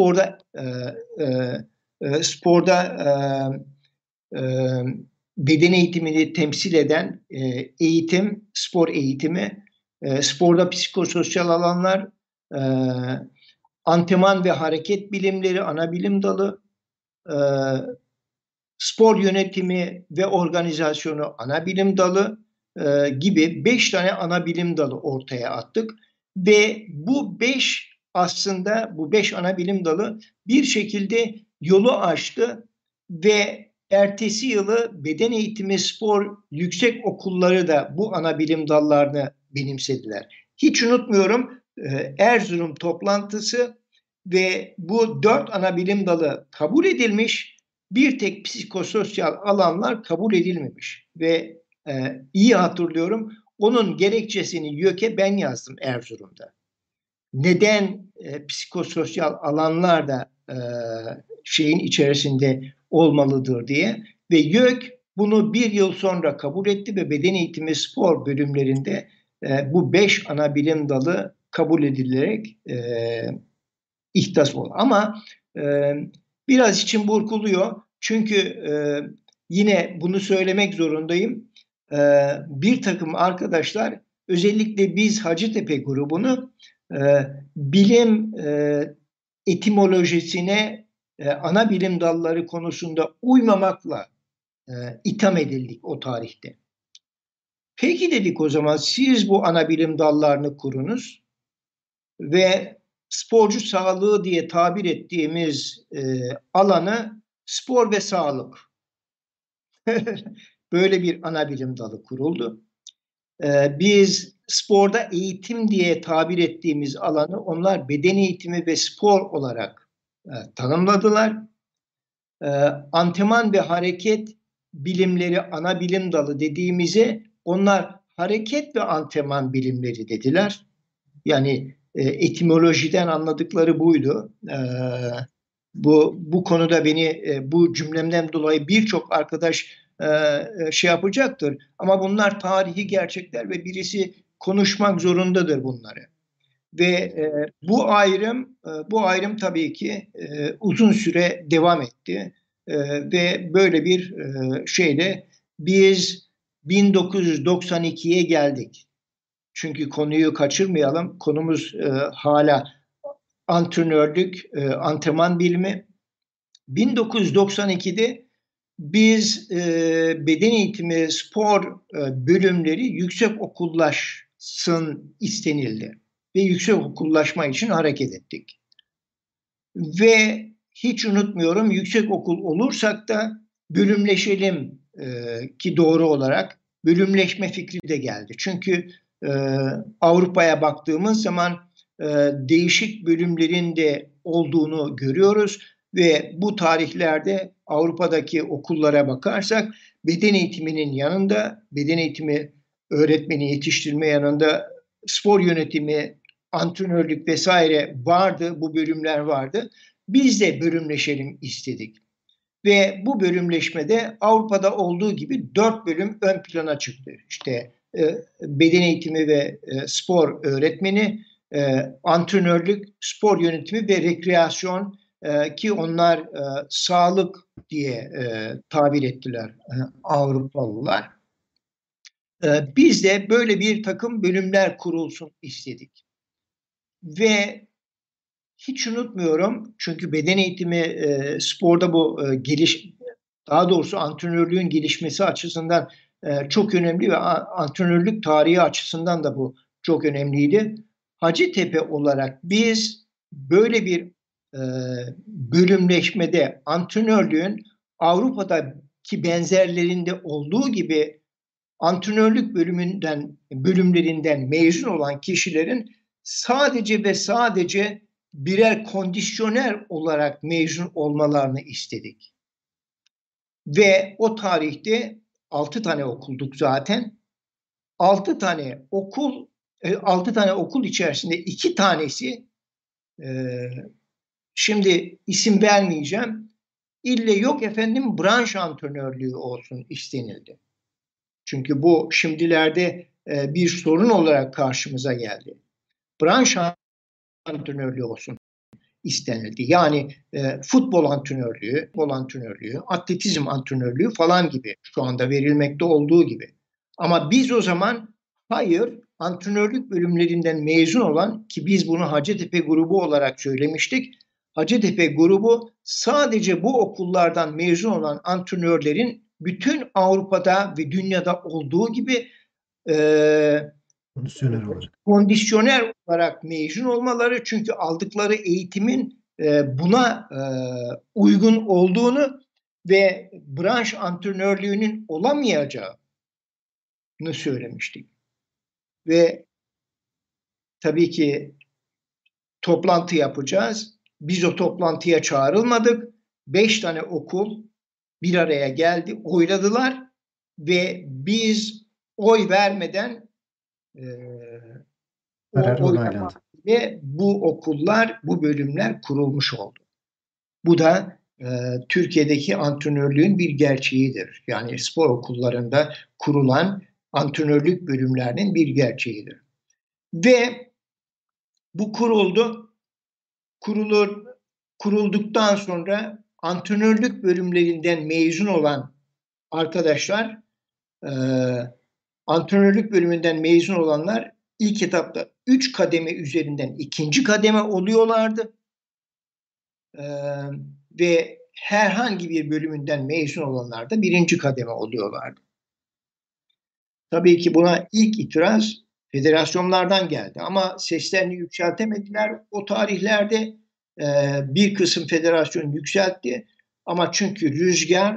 Sporda e, beden eğitimini temsil eden eğitim, spor eğitimi, sporda psikososyal alanlar, e, antrenman ve hareket bilimleri ana bilim dalı, e, spor yönetimi ve organizasyonu ana bilim dalı gibi 5 tane ana bilim dalı ortaya attık. Ve bu 5 ana bilim dalı bir şekilde yolu açtı ve ertesi yılı beden eğitimi spor yüksek okulları da bu ana bilim dallarını benimsediler. Hiç unutmuyorum Erzurum toplantısı ve bu 4 ana bilim dalı kabul edilmiş. Bir tek psikososyal alanlar kabul edilmemiş ve iyi hatırlıyorum onun gerekçesini YÖK'e ben yazdım Erzurum'da. Neden psikososyal alanlar da şeyin içerisinde olmalıdır diye ve YÖK bunu bir yıl sonra kabul etti ve beden eğitimi spor bölümlerinde bu 5 ana bilim dalı kabul edilerek ihdas oldu. Ama biraz için burkuluyor. Çünkü yine bunu söylemek zorundayım. Bir takım arkadaşlar özellikle biz Hacettepe grubunu bilim etimolojisine ana bilim dalları konusunda uymamakla itham edildik o tarihte. Peki dedik o zaman siz bu ana bilim dallarını kurunuz ve sporcu sağlığı diye tabir ettiğimiz alanı spor ve sağlık. Böyle bir ana bilim dalı kuruldu. Biz sporda eğitim diye tabir ettiğimiz alanı onlar beden eğitimi ve spor olarak tanımladılar. Antrenman ve hareket bilimleri ana bilim dalı dediğimize onlar hareket ve antrenman bilimleri dediler. Yani etimolojiden anladıkları buydu. Bu konuda beni bu cümlemden dolayı birçok arkadaş şey yapacaktır. Ama bunlar tarihi gerçekler ve birisi konuşmak zorundadır bunları. Ve bu ayrım tabii ki uzun süre devam etti. Ve böyle bir şeyle biz 1992'ye geldik. Çünkü konuyu kaçırmayalım. Konumuz hala antrenörlük, antrenman bilimi. 1992'de biz beden eğitimi, spor bölümleri yüksek okullaşsın istenildi. Ve yüksek okullaşma için hareket ettik. Ve hiç unutmuyorum yüksek okul olursak da bölümleşelim ki doğru olarak bölümleşme fikri de geldi. Çünkü Avrupa'ya baktığımız zaman değişik bölümlerin de olduğunu görüyoruz ve bu tarihlerde Avrupa'daki okullara bakarsak beden eğitiminin yanında beden eğitimi öğretmeni yetiştirme yanında spor yönetimi, antrenörlük vesaire vardı, bu bölümler vardı. Biz de bölümleşelim istedik. Ve bu bölümleşmede Avrupa'da olduğu gibi 4 bölüm ön plana çıktı. İşte beden eğitimi ve spor öğretmeni, antrenörlük, spor yönetimi ve rekreasyon ki onlar sağlık diye tabir ettiler Avrupalılar. Biz de böyle bir takım bölümler kurulsun istedik. Ve hiç unutmuyorum çünkü beden eğitimi sporda bu daha doğrusu antrenörlüğün gelişmesi açısından çok önemli ve antrenörlük tarihi açısından da bu çok önemliydi. Hacettepe olarak biz böyle bir bölümleşmede antrenörlüğün Avrupa'daki benzerlerinde olduğu gibi antrenörlük bölümlerinden mezun olan kişilerin sadece ve sadece birer kondisyoner olarak mezun olmalarını istedik. Ve o tarihte 6 tane okulduk zaten. 6 tane okul 6 tane okul içerisinde 2 tanesi, şimdi isim vermeyeceğim, ille yok efendim branş antrenörlüğü olsun istenildi. Çünkü bu şimdilerde bir sorun olarak karşımıza geldi. Branş antrenörlüğü olsun istenildi. Yani futbol antrenörlüğü, atletizm antrenörlüğü falan gibi şu anda verilmekte olduğu gibi. Ama biz o zaman hayır, antrenörlük bölümlerinden mezun olan, ki biz bunu Hacettepe grubu olarak söylemiştik. Hacettepe grubu sadece bu okullardan mezun olan antrenörlerin bütün Avrupa'da ve dünyada olduğu gibi Kondisyoner olarak. kondisyoner olarak mezun olmaları, çünkü aldıkları eğitimin buna uygun olduğunu ve branş antrenörlüğünün olamayacağını söylemiştik. Ve tabii ki toplantı yapacağız. Biz o toplantıya çağrılmadık. 5 tane okul bir araya geldi, oyladılar ve biz oy vermeden Karar o onaylandı. ve bu okullar, bu bölümler kurulmuş oldu. Bu da Türkiye'deki antrenörlüğün bir gerçeğidir. Yani spor okullarında kurulan antrenörlük bölümlerinin bir gerçeğidir. Ve bu kuruldu. Kurulduktan sonra antrenörlük bölümlerinden mezun olan arkadaşlar, antrenörlük bölümünden mezun olanlar ilk etapta 3 kademe üzerinden 2. kademe oluyorlardı. Ve herhangi bir bölümünden mezun olanlar da 1. kademe oluyorlardı. Tabii ki buna ilk itiraz federasyonlardan geldi ama seslerini yükseltemediler. O tarihlerde bir kısım federasyon yükseltti ama çünkü rüzgar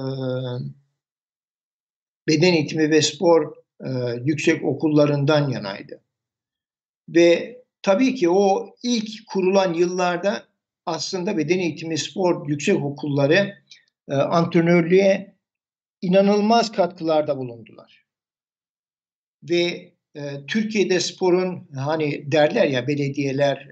beden eğitimi ve spor yüksek okullarından yanaydı. Ve tabii ki o ilk kurulan yıllarda aslında beden eğitimi spor yüksek okulları antrenörlüğe inanılmaz katkılarda bulundular. Ve Türkiye'de sporun, hani derler ya belediyeler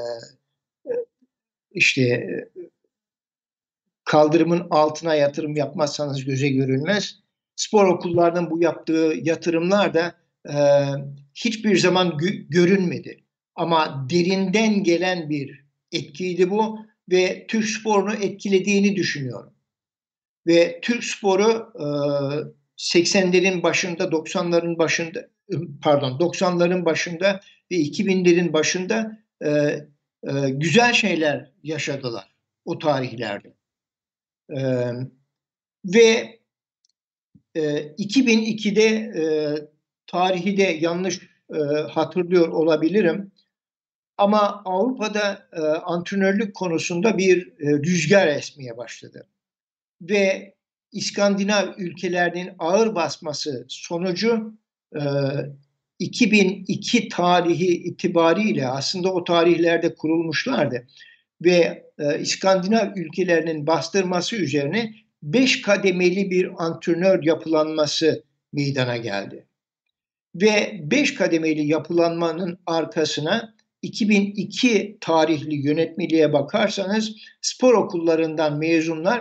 işte kaldırımın altına yatırım yapmazsanız göze görülmez. Spor okullarının bu yaptığı yatırımlar da hiçbir zaman görünmedi. Ama derinden gelen bir etkiydi bu ve Türk sporunu etkilediğini düşünüyorum. Ve Türk sporu 80'lerin başında, 90'ların başında, pardon 90'ların başında ve 2000'lerin başında güzel şeyler yaşadılar o tarihlerde. Ve 2002'de tarihi de yanlış hatırlıyor olabilirim. Ama Avrupa'da antrenörlük konusunda bir rüzgar esmeye başladı. Ve İskandinav ülkelerinin ağır basması sonucu 2002 tarihi itibariyle, aslında o tarihlerde kurulmuşlardı ve İskandinav ülkelerinin bastırması üzerine 5 kademeli bir antrenör yapılanması meydana geldi. Ve 5 kademeli yapılanmanın arkasına 2002 tarihli yönetmeliğe bakarsanız spor okullarından mezunlar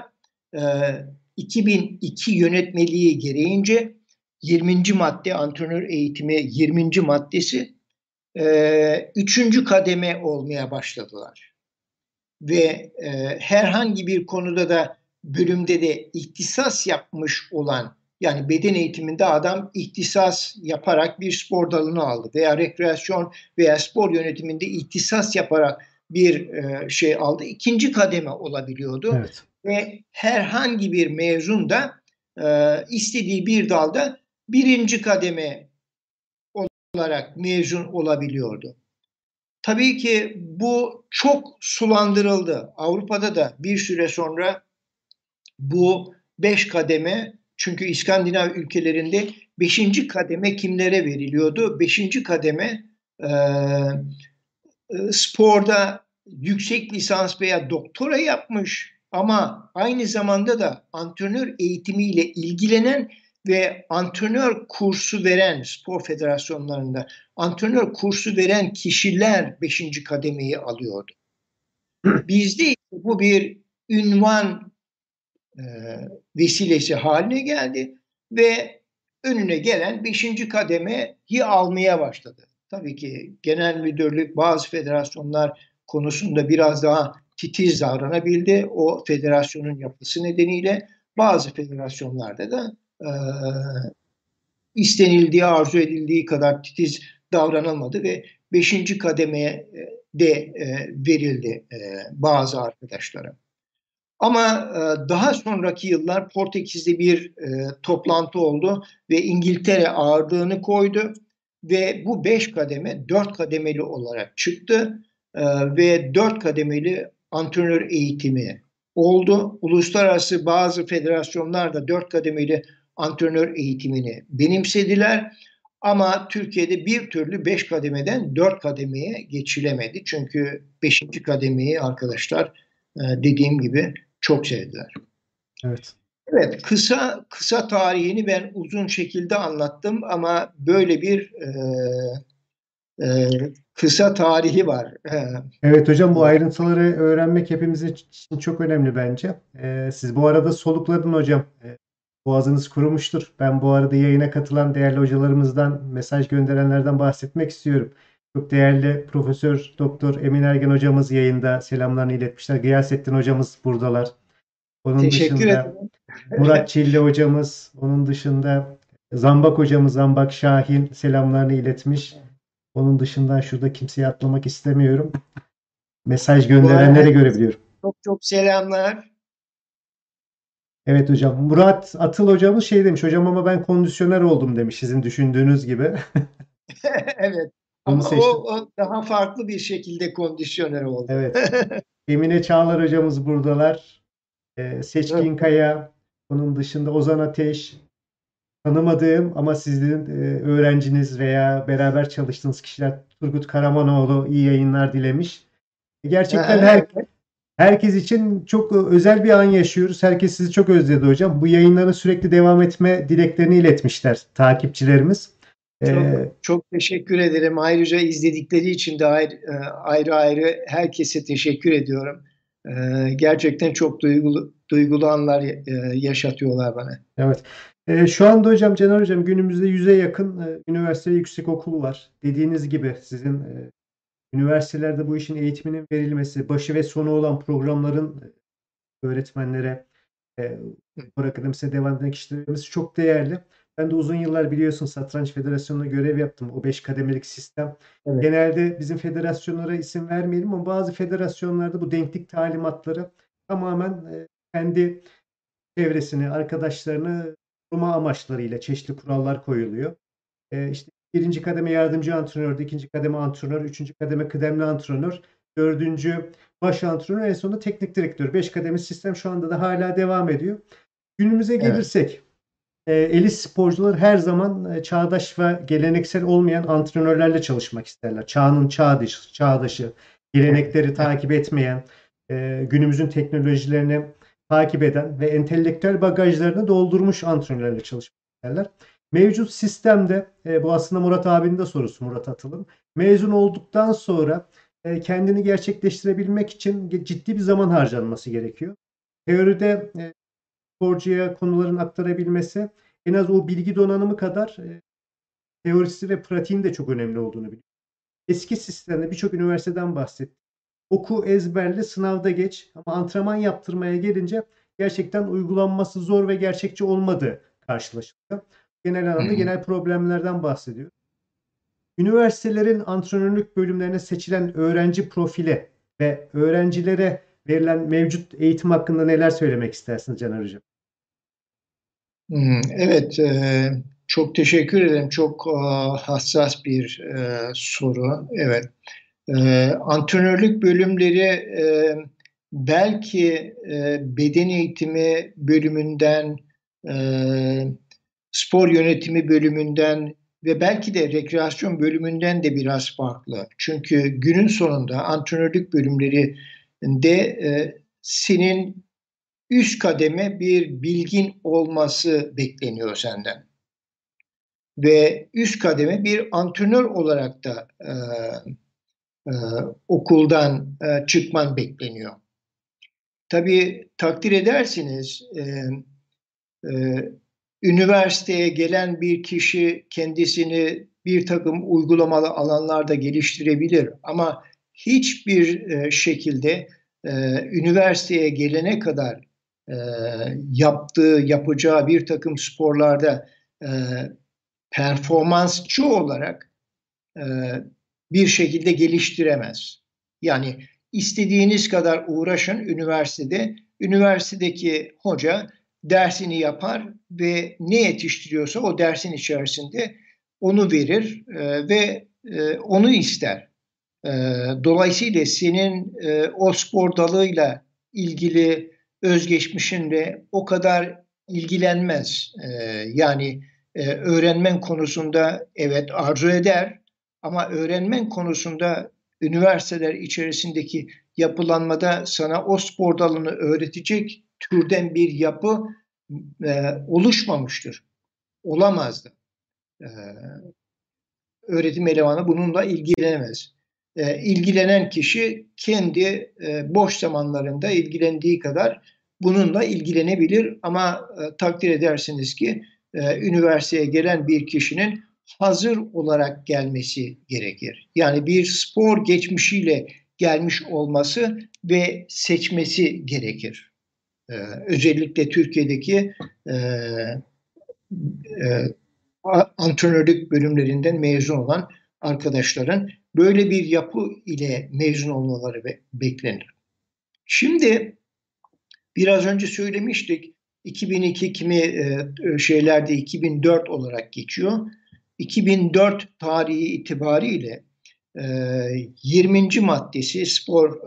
2002 yönetmeliği gereğince 20. madde, antrenör eğitimi 20. maddesi 3. kademe olmaya başladılar. Ve herhangi bir konuda da bölümde de ihtisas yapmış olan, yani beden eğitiminde adam ihtisas yaparak bir spor dalını aldı veya rekreasyon veya spor yönetiminde ihtisas yaparak bir şey aldı. 2. kademe olabiliyordu. Evet. Ve herhangi bir mezun da istediği bir dalda 1. kademe olarak mezun olabiliyordu. Tabii ki bu çok sulandırıldı. Avrupa'da da bir süre sonra bu 5 kademe, çünkü İskandinav ülkelerinde 5. kademe kimlere veriliyordu? 5. kademe sporda yüksek lisans veya doktora yapmış ama aynı zamanda da antrenör eğitimiyle ilgilenen ve antrenör kursu veren spor federasyonlarında antrenör kursu veren kişiler beşinci kademeyi alıyordu. Bizde bu bir ünvan e, vesilesi haline geldi ve önüne gelen beşinci kademeyi almaya başladı. Tabii ki genel müdürlük bazı federasyonlar konusunda biraz daha titiz davranabildi. O federasyonun yapısı nedeniyle bazı federasyonlarda da e, istenildiği, arzu edildiği kadar titiz davranılmadı ve beşinci kademeye de verildi bazı arkadaşlara. Ama daha sonraki yıllar Portekiz'de bir toplantı oldu ve İngiltere ağırlığını koydu ve bu 5 kademe 4 kademeli olarak çıktı ve 4 kademeli antrenör eğitimi oldu. Uluslararası bazı federasyonlar da 4 kademeli antrenör eğitimini benimsediler. Ama Türkiye'de bir türlü 5 kademeden 4 kademeye geçilemedi. Çünkü beşinci kademeyi arkadaşlar dediğim gibi çok sevdiler. Evet. Evet, kısa tarihini ben uzun şekilde anlattım ama böyle bir e, kısa tarihi var. Evet hocam, bu ayrıntıları öğrenmek hepimiz için çok önemli bence. Siz bu arada solukladın hocam. Boğazınız kurumuştur. Ben bu arada yayına katılan değerli hocalarımızdan, mesaj gönderenlerden bahsetmek istiyorum. Çok değerli Profesör Doktor Emin Ergen hocamız yayında selamlarını iletmişler. Gıyasettin hocamız buradalar. Onun Teşekkür dışında ederim. Murat Çilli hocamız, onun dışında Zambak hocamız Zambak Şahin selamlarını iletmiş. Onun dışında şurada kimseyi atlamak istemiyorum. Mesaj Bu arada gönderenlere görebiliyorum. çok çok selamlar. Evet hocam. Murat Atıl hocamız şey demiş. Hocam ama ben kondisyoner oldum demiş, sizin düşündüğünüz gibi. Evet. Onu Ama seçtim. o daha farklı bir şekilde kondisyoner oldu. Evet. Emine Çağlar hocamız buradalar. Seçkin Kaya. Onun dışında Ozan Ateş. Tanımadığım ama sizin öğrenciniz veya beraber çalıştığınız kişiler, Turgut Karamanoğlu iyi yayınlar dilemiş. Gerçekten Evet. herkes için çok özel bir an yaşıyoruz. Herkes sizi çok özledi hocam. Bu yayınların sürekli devam etme dileklerini iletmişler takipçilerimiz. Çok Ee, çok teşekkür ederim. Ayrıca izledikleri için de ayrı ayrı herkese teşekkür ediyorum. Gerçekten çok duygulu anlar yaşatıyorlar bana. evet. Şu anda hocam, Caner hocam, günümüzde 100'e yakın üniversite ve yüksekokul var. Dediğiniz gibi sizin üniversitelerde bu işin eğitiminin verilmesi, başı ve sonu olan programların öğretmenlere, spor akademisine devam eden kişilerimiz çok değerli. Ben de uzun yıllar biliyorsun Satranç Federasyonu'nda görev yaptım. O 5 kademelik sistem. Evet. Genelde bizim federasyonlara isim vermeyelim ama bazı federasyonlarda bu denklik talimatları tamamen kendi çevresini, arkadaşlarını koruma amaçlarıyla çeşitli kurallar koyuluyor. İşte birinci kademe yardımcı antrenör, ikinci kademe antrenör, üçüncü kademe kıdemli antrenör, dördüncü baş antrenör, en sonunda teknik direktör. 5 kademe sistem şu anda da hala devam ediyor. Günümüze Evet. gelirsek, elit sporcular her zaman çağdaş ve geleneksel olmayan antrenörlerle çalışmak isterler. Çağının çağdaşı, Evet. gelenekleri takip etmeyen, günümüzün teknolojilerini takip eden ve entelektüel bagajlarını doldurmuş antrenörlerle çalışmak isterler. Mevcut sistemde, bu aslında Murat abinin de sorusu, Murat Atıl'ın. Mezun olduktan sonra kendini gerçekleştirebilmek için ciddi bir zaman harcanması gerekiyor. Teoride sporcuya konuların aktarabilmesi en az o bilgi donanımı kadar teorisi ve pratiğin de çok önemli olduğunu biliyorum. Eski sistemde birçok üniversiteden bahsettim. Oku, ezberle, sınavda geç ama antrenman yaptırmaya gelince gerçekten uygulanması zor ve gerçekçi olmadığı karşılaşılıyor. Genel Hı anlamda hı. genel problemlerden bahsediyor. Üniversitelerin antrenörlük bölümlerine seçilen öğrenci profili ve öğrencilere verilen mevcut eğitim hakkında neler söylemek istersiniz Caner Hocam? Evet, çok teşekkür ederim. Çok hassas bir soru. Evet. Antrenörlük bölümleri belki beden eğitimi bölümünden, e, spor yönetimi bölümünden ve belki de rekreasyon bölümünden de biraz farklı. Çünkü günün sonunda antrenörlük bölümlerinde senin üst kademe bir bilgin olması bekleniyor senden. Ve üst kademe bir antrenör olarak da e, okuldan çıkman bekleniyor. Tabii takdir edersiniz, e, üniversiteye gelen bir kişi kendisini bir takım uygulamalı alanlarda geliştirebilir ama hiçbir şekilde üniversiteye gelene kadar e, yapacağı bir takım sporlarda e, performansçı olarak e, bir şekilde geliştiremez. Yani istediğiniz kadar uğraşın üniversitede, üniversitedeki hoca dersini yapar ve ne yetiştiriyorsa o dersin içerisinde onu verir ve onu ister. E, Dolayısıyla senin o spor dalıyla ilgili özgeçmişinle o kadar ilgilenmez. Yani öğrenmen konusunda evet arzu eder ama öğrenmen konusunda üniversiteler içerisindeki yapılanmada sana o spor dalını öğretecek türden bir yapı oluşmamıştır. Olamazdı. E, Öğretim elemanı bununla ilgilenemez. İlgilenen kişi kendi boş zamanlarında ilgilendiği kadar bununla ilgilenebilir ama takdir edersiniz ki üniversiteye gelen bir kişinin hazır olarak gelmesi gerekir. Yani bir spor geçmişiyle gelmiş olması ve seçmesi gerekir. Özellikle Türkiye'deki e, e, antrenörlük bölümlerinden mezun olan arkadaşların böyle bir yapı ile mezun olmaları beklenir. Şimdi biraz önce söylemiştik 2002 kimi şeylerde 2004 olarak geçiyor. 2004 tarihi itibariyle 20. maddesi spor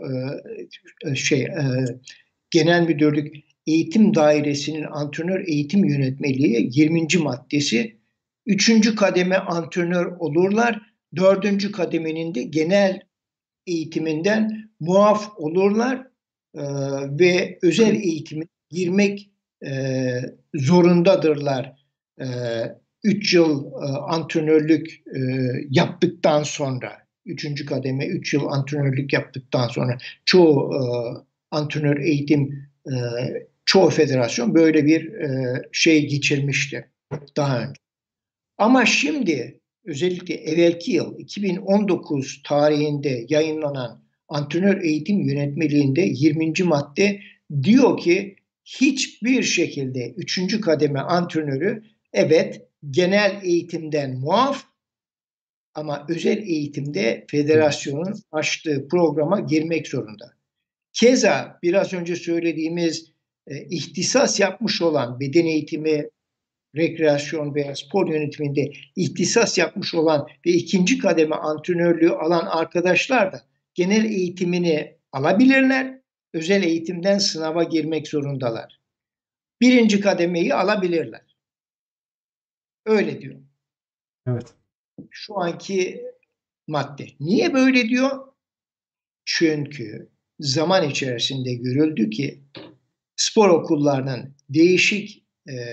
genel müdürlük eğitim dairesinin antrenör eğitim yönetmeliği 20. maddesi 3. kademe antrenör olurlar. 4. kademenin de genel eğitiminden muaf olurlar ve özel eğitime girmek zorundadırlar. 3 yıl antrenörlük yaptıktan sonra, 3. kademe 3 yıl antrenörlük yaptıktan sonra çoğu antrenör eğitim çoğu federasyon böyle bir şey geçirmişti daha önce. Ama şimdi özellikle evvelki yıl 2019 tarihinde yayınlanan antrenör eğitim yönetmeliğinde 20. madde diyor ki hiçbir şekilde 3. kademe antrenörü evet genel eğitimden muaf ama özel eğitimde federasyonun açtığı programa girmek zorunda. Keza biraz önce söylediğimiz ihtisas yapmış olan beden eğitimi, rekreasyon veya spor yönetiminde ihtisas yapmış olan ve 2. kademe antrenörlüğü alan arkadaşlar da genel eğitimini alabilirler. Özel eğitimden sınava girmek zorundalar. 1. kademeyi alabilirler. Öyle diyor. Evet. Şu anki madde. Niye böyle diyor? Çünkü zaman içerisinde görüldü ki spor okullarının değişik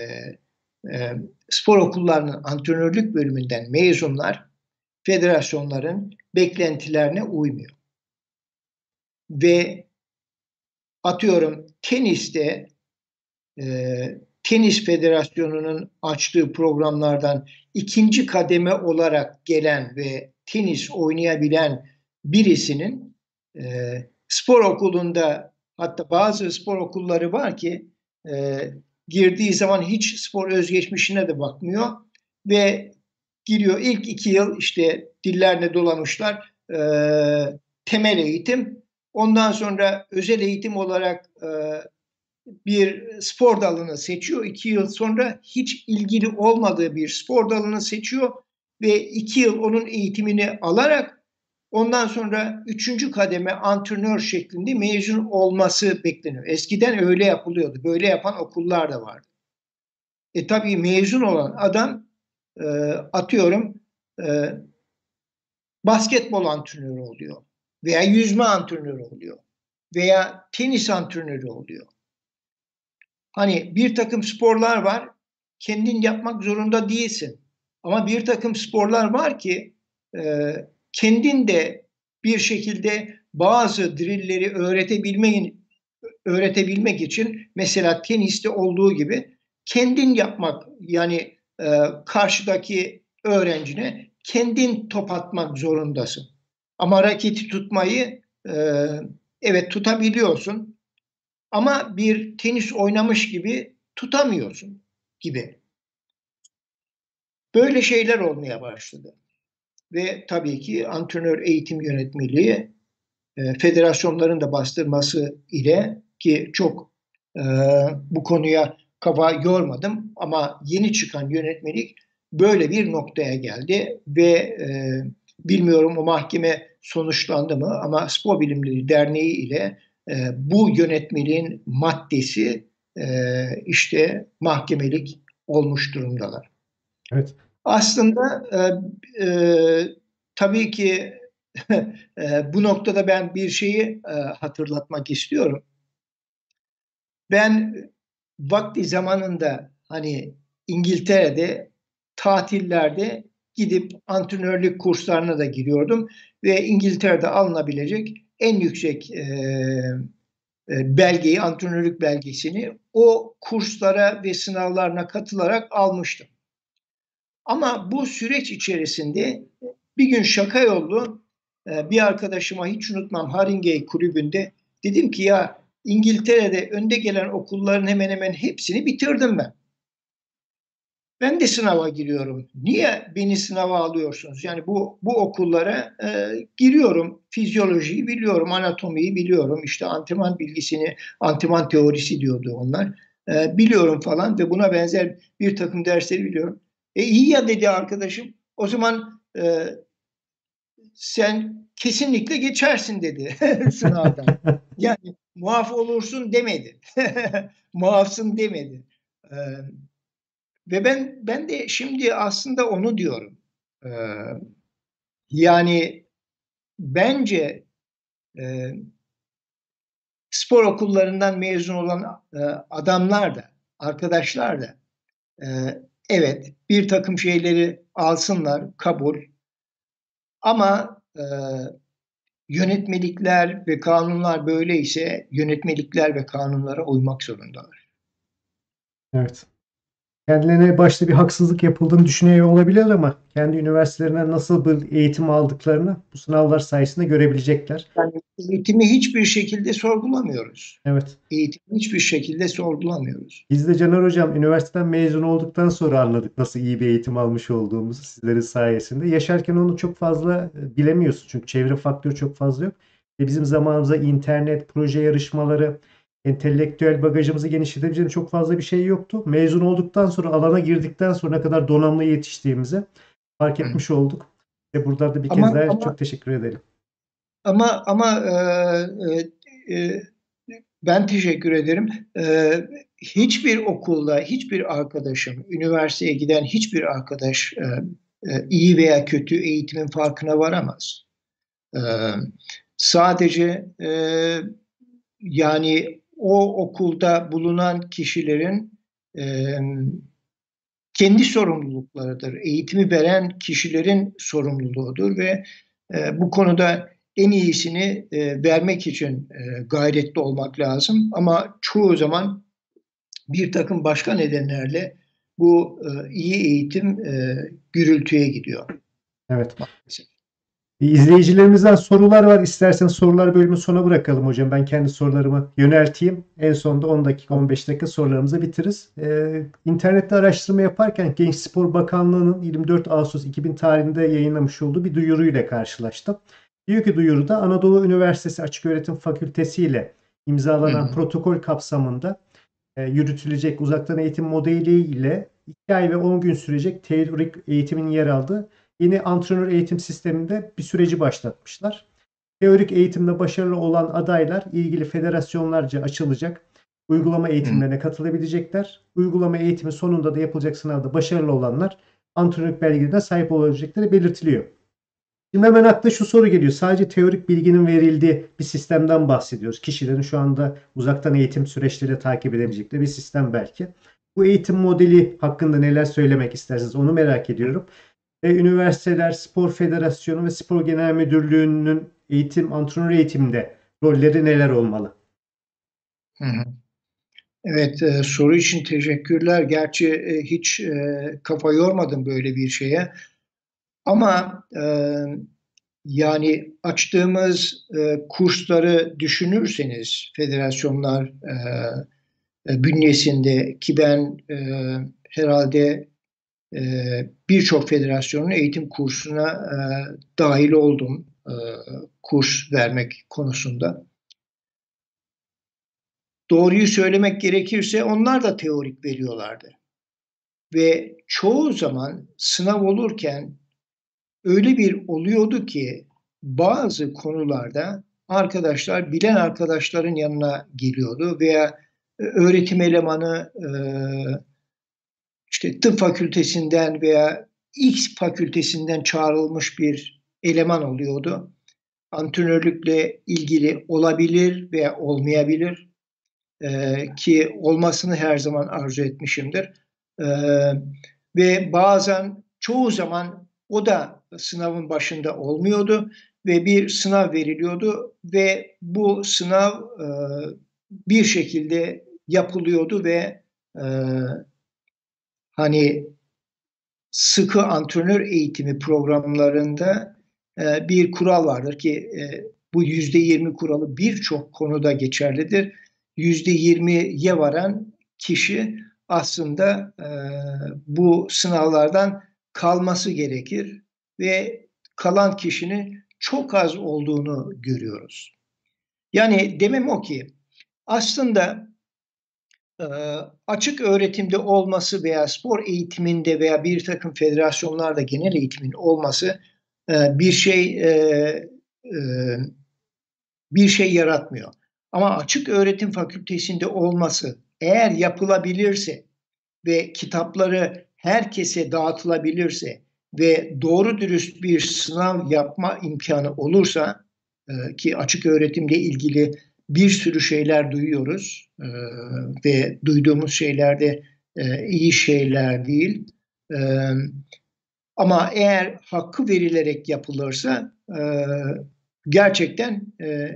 spor okullarının antrenörlük bölümünden mezunlar federasyonların beklentilerine uymuyor. Ve atıyorum teniste tenis federasyonunun açtığı programlardan 2. kademe olarak gelen ve tenis oynayabilen birisinin spor okulunda hatta bazı spor okulları var ki girdiği zaman hiç spor özgeçmişine de bakmıyor ve giriyor ilk 2 yıl işte dillerine dolamışlar temel eğitim ondan sonra özel eğitim olarak bir spor dalını seçiyor. 2 yıl sonra hiç ilgili olmadığı bir spor dalını seçiyor ve 2 yıl onun eğitimini alarak ondan sonra 3. kademe antrenör şeklinde mezun olması bekleniyor. Eskiden öyle yapılıyordu. Böyle yapan okullar da vardı. Tabii mezun olan adam atıyorum basketbol antrenörü oluyor veya yüzme antrenörü oluyor veya tenis antrenörü oluyor. Hani bir takım sporlar var, kendin yapmak zorunda değilsin. Ama bir takım sporlar var ki kendin de bir şekilde bazı drilleri öğretebilmek için, mesela teniste olduğu gibi, kendin yapmak, yani karşıdaki öğrencine kendin top atmak zorundasın. Ama raketi tutmayı evet tutabiliyorsun ama bir tenis oynamış gibi tutamıyorsun gibi. Böyle şeyler olmaya başladı. Ve tabii ki antrenör eğitim yönetmeliği, federasyonların da bastırması ile, ki çok e, bu konuya kafa yormadım ama yeni çıkan yönetmelik böyle bir noktaya geldi ve bilmiyorum o mahkeme sonuçlandı mı, ama Spor Bilimleri Derneği ile bu yönetmeliğin maddesi işte mahkemelik olmuş durumdalar. Evet. Aslında tabii ki bu noktada ben bir şeyi hatırlatmak istiyorum. Ben vakti zamanında hani İngiltere'de tatillerde gidip antrenörlük kurslarına da giriyordum ve İngiltere'de alınabilecek en yüksek belgeyi, antrenörlük belgesini o kurslara ve sınavlarına katılarak almıştım. Ama bu süreç içerisinde bir gün şaka yollu bir arkadaşıma, hiç unutmam, Haringey kulübünde dedim ki ya, İngiltere'de önde gelen okulların hemen hemen hepsini bitirdim ben. Ben de sınava giriyorum. Niye beni sınava alıyorsunuz? Yani bu okullara giriyorum. Fizyolojiyi biliyorum, anatomiyi biliyorum. İşte antrenman bilgisini, antrenman teorisi diyordu onlar. Biliyorum falan ve buna benzer bir takım dersleri biliyorum. İyi ya, dedi arkadaşım. O zaman sen kesinlikle geçersin, dedi sınavdan. Yani muaf olursun demedi. Muafsın demedi. Ee, Ve ben de şimdi aslında onu diyorum. Ee, Yani bence e, spor okullarından mezun olan adamlar da, arkadaşlar da, e, evet, bir takım şeyleri alsınlar, kabul. Ama yönetmelikler ve kanunlar böyleyse yönetmelikler ve kanunlara uymak zorundalar. Evet. Kendilerine başta bir haksızlık yapıldığını düşünüyor olabilir ama kendi üniversitelerine nasıl bir eğitim aldıklarını bu sınavlar sayesinde görebilecekler. Yani eğitimi hiçbir şekilde sorgulamıyoruz. Evet. Eğitimi hiçbir şekilde sorgulamıyoruz. Biz de Caner Hocam üniversiteden mezun olduktan sonra anladık nasıl iyi bir eğitim almış olduğumuzu sizlerin sayesinde. Yaşarken onu çok fazla bilemiyorsun çünkü çevre faktörü çok fazla yok. Ve bizim zamanımızda internet, proje yarışmaları, entelektüel bagajımızı genişletebileceğimiz çok fazla bir şey yoktu. Mezun olduktan sonra alana girdikten sonra ne kadar donanımlı yetiştiğimizi fark Hı. etmiş olduk. Ve buradan da bir kez Ama daha ama çok teşekkür ederim. ama ben teşekkür ederim. Hiçbir okulda hiçbir arkadaşım, üniversiteye giden hiçbir arkadaş iyi veya kötü eğitimin farkına varamaz. E, Sadece yani o okulda bulunan kişilerin e, kendi sorumluluklarıdır. Eğitimi veren kişilerin sorumluluğudur ve bu konuda en iyisini vermek için gayretli olmak lazım. Ama çoğu zaman bir takım başka nedenlerle bu iyi eğitim gürültüye gidiyor Evet. maalesef. İzleyicilerimizden sorular var. İstersen sorular bölümü sona bırakalım hocam. Ben kendi sorularımı yönelteyim. En sonunda 10 dakika 15 dakika sorularımızı bitiririz. İnternette araştırma yaparken Genç Spor Bakanlığı'nın 24 Ağustos 2000 tarihinde yayınlamış olduğu bir duyuruyla karşılaştım. Diyor ki duyuruda Anadolu Üniversitesi Açıköğretim Fakültesi ile Hı imzalanan hı. protokol kapsamında yürütülecek uzaktan eğitim modeli ile 2 ay ve 10 gün sürecek teorik eğitimin yer aldığı yeni antrenör eğitim sisteminde bir süreci başlatmışlar. Teorik eğitimde başarılı olan adaylar ilgili federasyonlarca açılacak. Uygulama Hı. eğitimlerine katılabilecekler. Uygulama eğitimi sonunda da yapılacak sınavda başarılı olanlar antrenörlük belgelerine sahip olabilecekleri belirtiliyor. Şimdi hemen akla şu soru geliyor. Sadece teorik bilginin verildiği bir sistemden bahsediyoruz. Kişilerin şu anda uzaktan eğitim süreçleri takip edebilecekleri bir sistem belki. Bu eğitim modeli hakkında neler söylemek istersiniz? Onu merak ediyorum. Üniversiteler, Spor Federasyonu ve Spor Genel Müdürlüğü'nün antrenör eğitiminde rolleri neler olmalı? Hı hı. Evet, soru için teşekkürler. Gerçi hiç kafa yormadım böyle bir şeye. Ama yani açtığımız kursları düşünürseniz federasyonlar bünyesinde ki ben herhalde e, birçok federasyonun eğitim kursuna dahil oldum kurs vermek konusunda. Doğruyu söylemek gerekirse onlar da teorik veriyorlardı. Ve çoğu zaman sınav olurken öyle bir oluyordu ki bazı konularda arkadaşlar bilen arkadaşların yanına geliyordu veya öğretim elemanı işte tıp fakültesinden veya X fakültesinden çağrılmış bir eleman oluyordu. Antrenörlükle ilgili olabilir veya olmayabilir ki olmasını her zaman arzu etmişimdir. E, Ve bazen çoğu zaman o da sınavın başında olmuyordu ve bir sınav veriliyordu ve bu sınav bir şekilde yapılıyordu ve e, hani sıkı antrenör eğitimi programlarında bir kural vardır ki bu %20 kuralı birçok konuda geçerlidir. %20'ye varan kişi aslında bu sınavlardan kalması gerekir ve kalan kişinin çok az olduğunu görüyoruz. Yani demem o ki aslında e, açık öğretimde olması veya spor eğitiminde veya bir takım federasyonlarda genel eğitimin olması bir e, bir şey yaratmıyor. Ama açık öğretim fakültesinde olması eğer yapılabilirse ve kitapları herkese dağıtılabilirse ve doğru dürüst bir sınav yapma imkanı olursa ki açık öğretimle ilgili bir sürü şeyler duyuyoruz ve duyduğumuz şeyler de iyi şeyler değil. E, Ama eğer hakkı verilerek yapılırsa gerçekten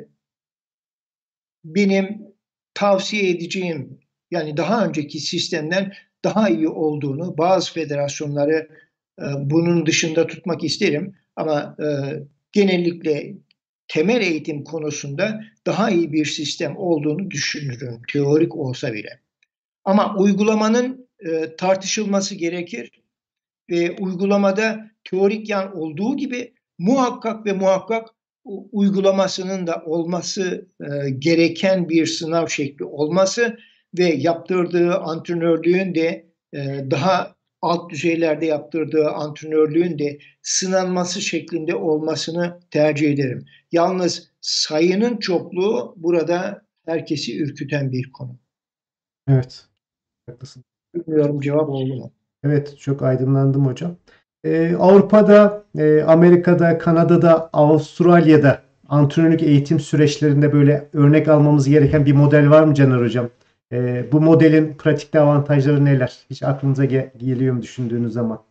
benim tavsiye edeceğim yani daha önceki sistemden daha iyi olduğunu bazı federasyonları bunun dışında tutmak isterim ama genellikle temel eğitim konusunda daha iyi bir sistem olduğunu düşünürüm teorik olsa bile. Ama uygulamanın tartışılması gerekir ve uygulamada teorik yan olduğu gibi muhakkak ve muhakkak uygulamasının da olması gereken bir sınav şekli olması ve yaptırdığı antrenörlüğün de daha alt düzeylerde yaptırdığı antrenörlüğün de sınanması şeklinde olmasını tercih ederim. Yalnız sayının çokluğu burada herkesi ürküten bir konu. Evet, haklısın. Bilmiyorum cevap oldu mu? Evet, çok aydınlandım hocam. Avrupa'da, Amerika'da, Kanada'da, Avustralya'da antrenörlük eğitim süreçlerinde böyle örnek almamız gereken bir model var mı Caner hocam? Bu modelin pratikte avantajları neler? Hiç aklınıza geliyor mu düşündüğünüz zaman?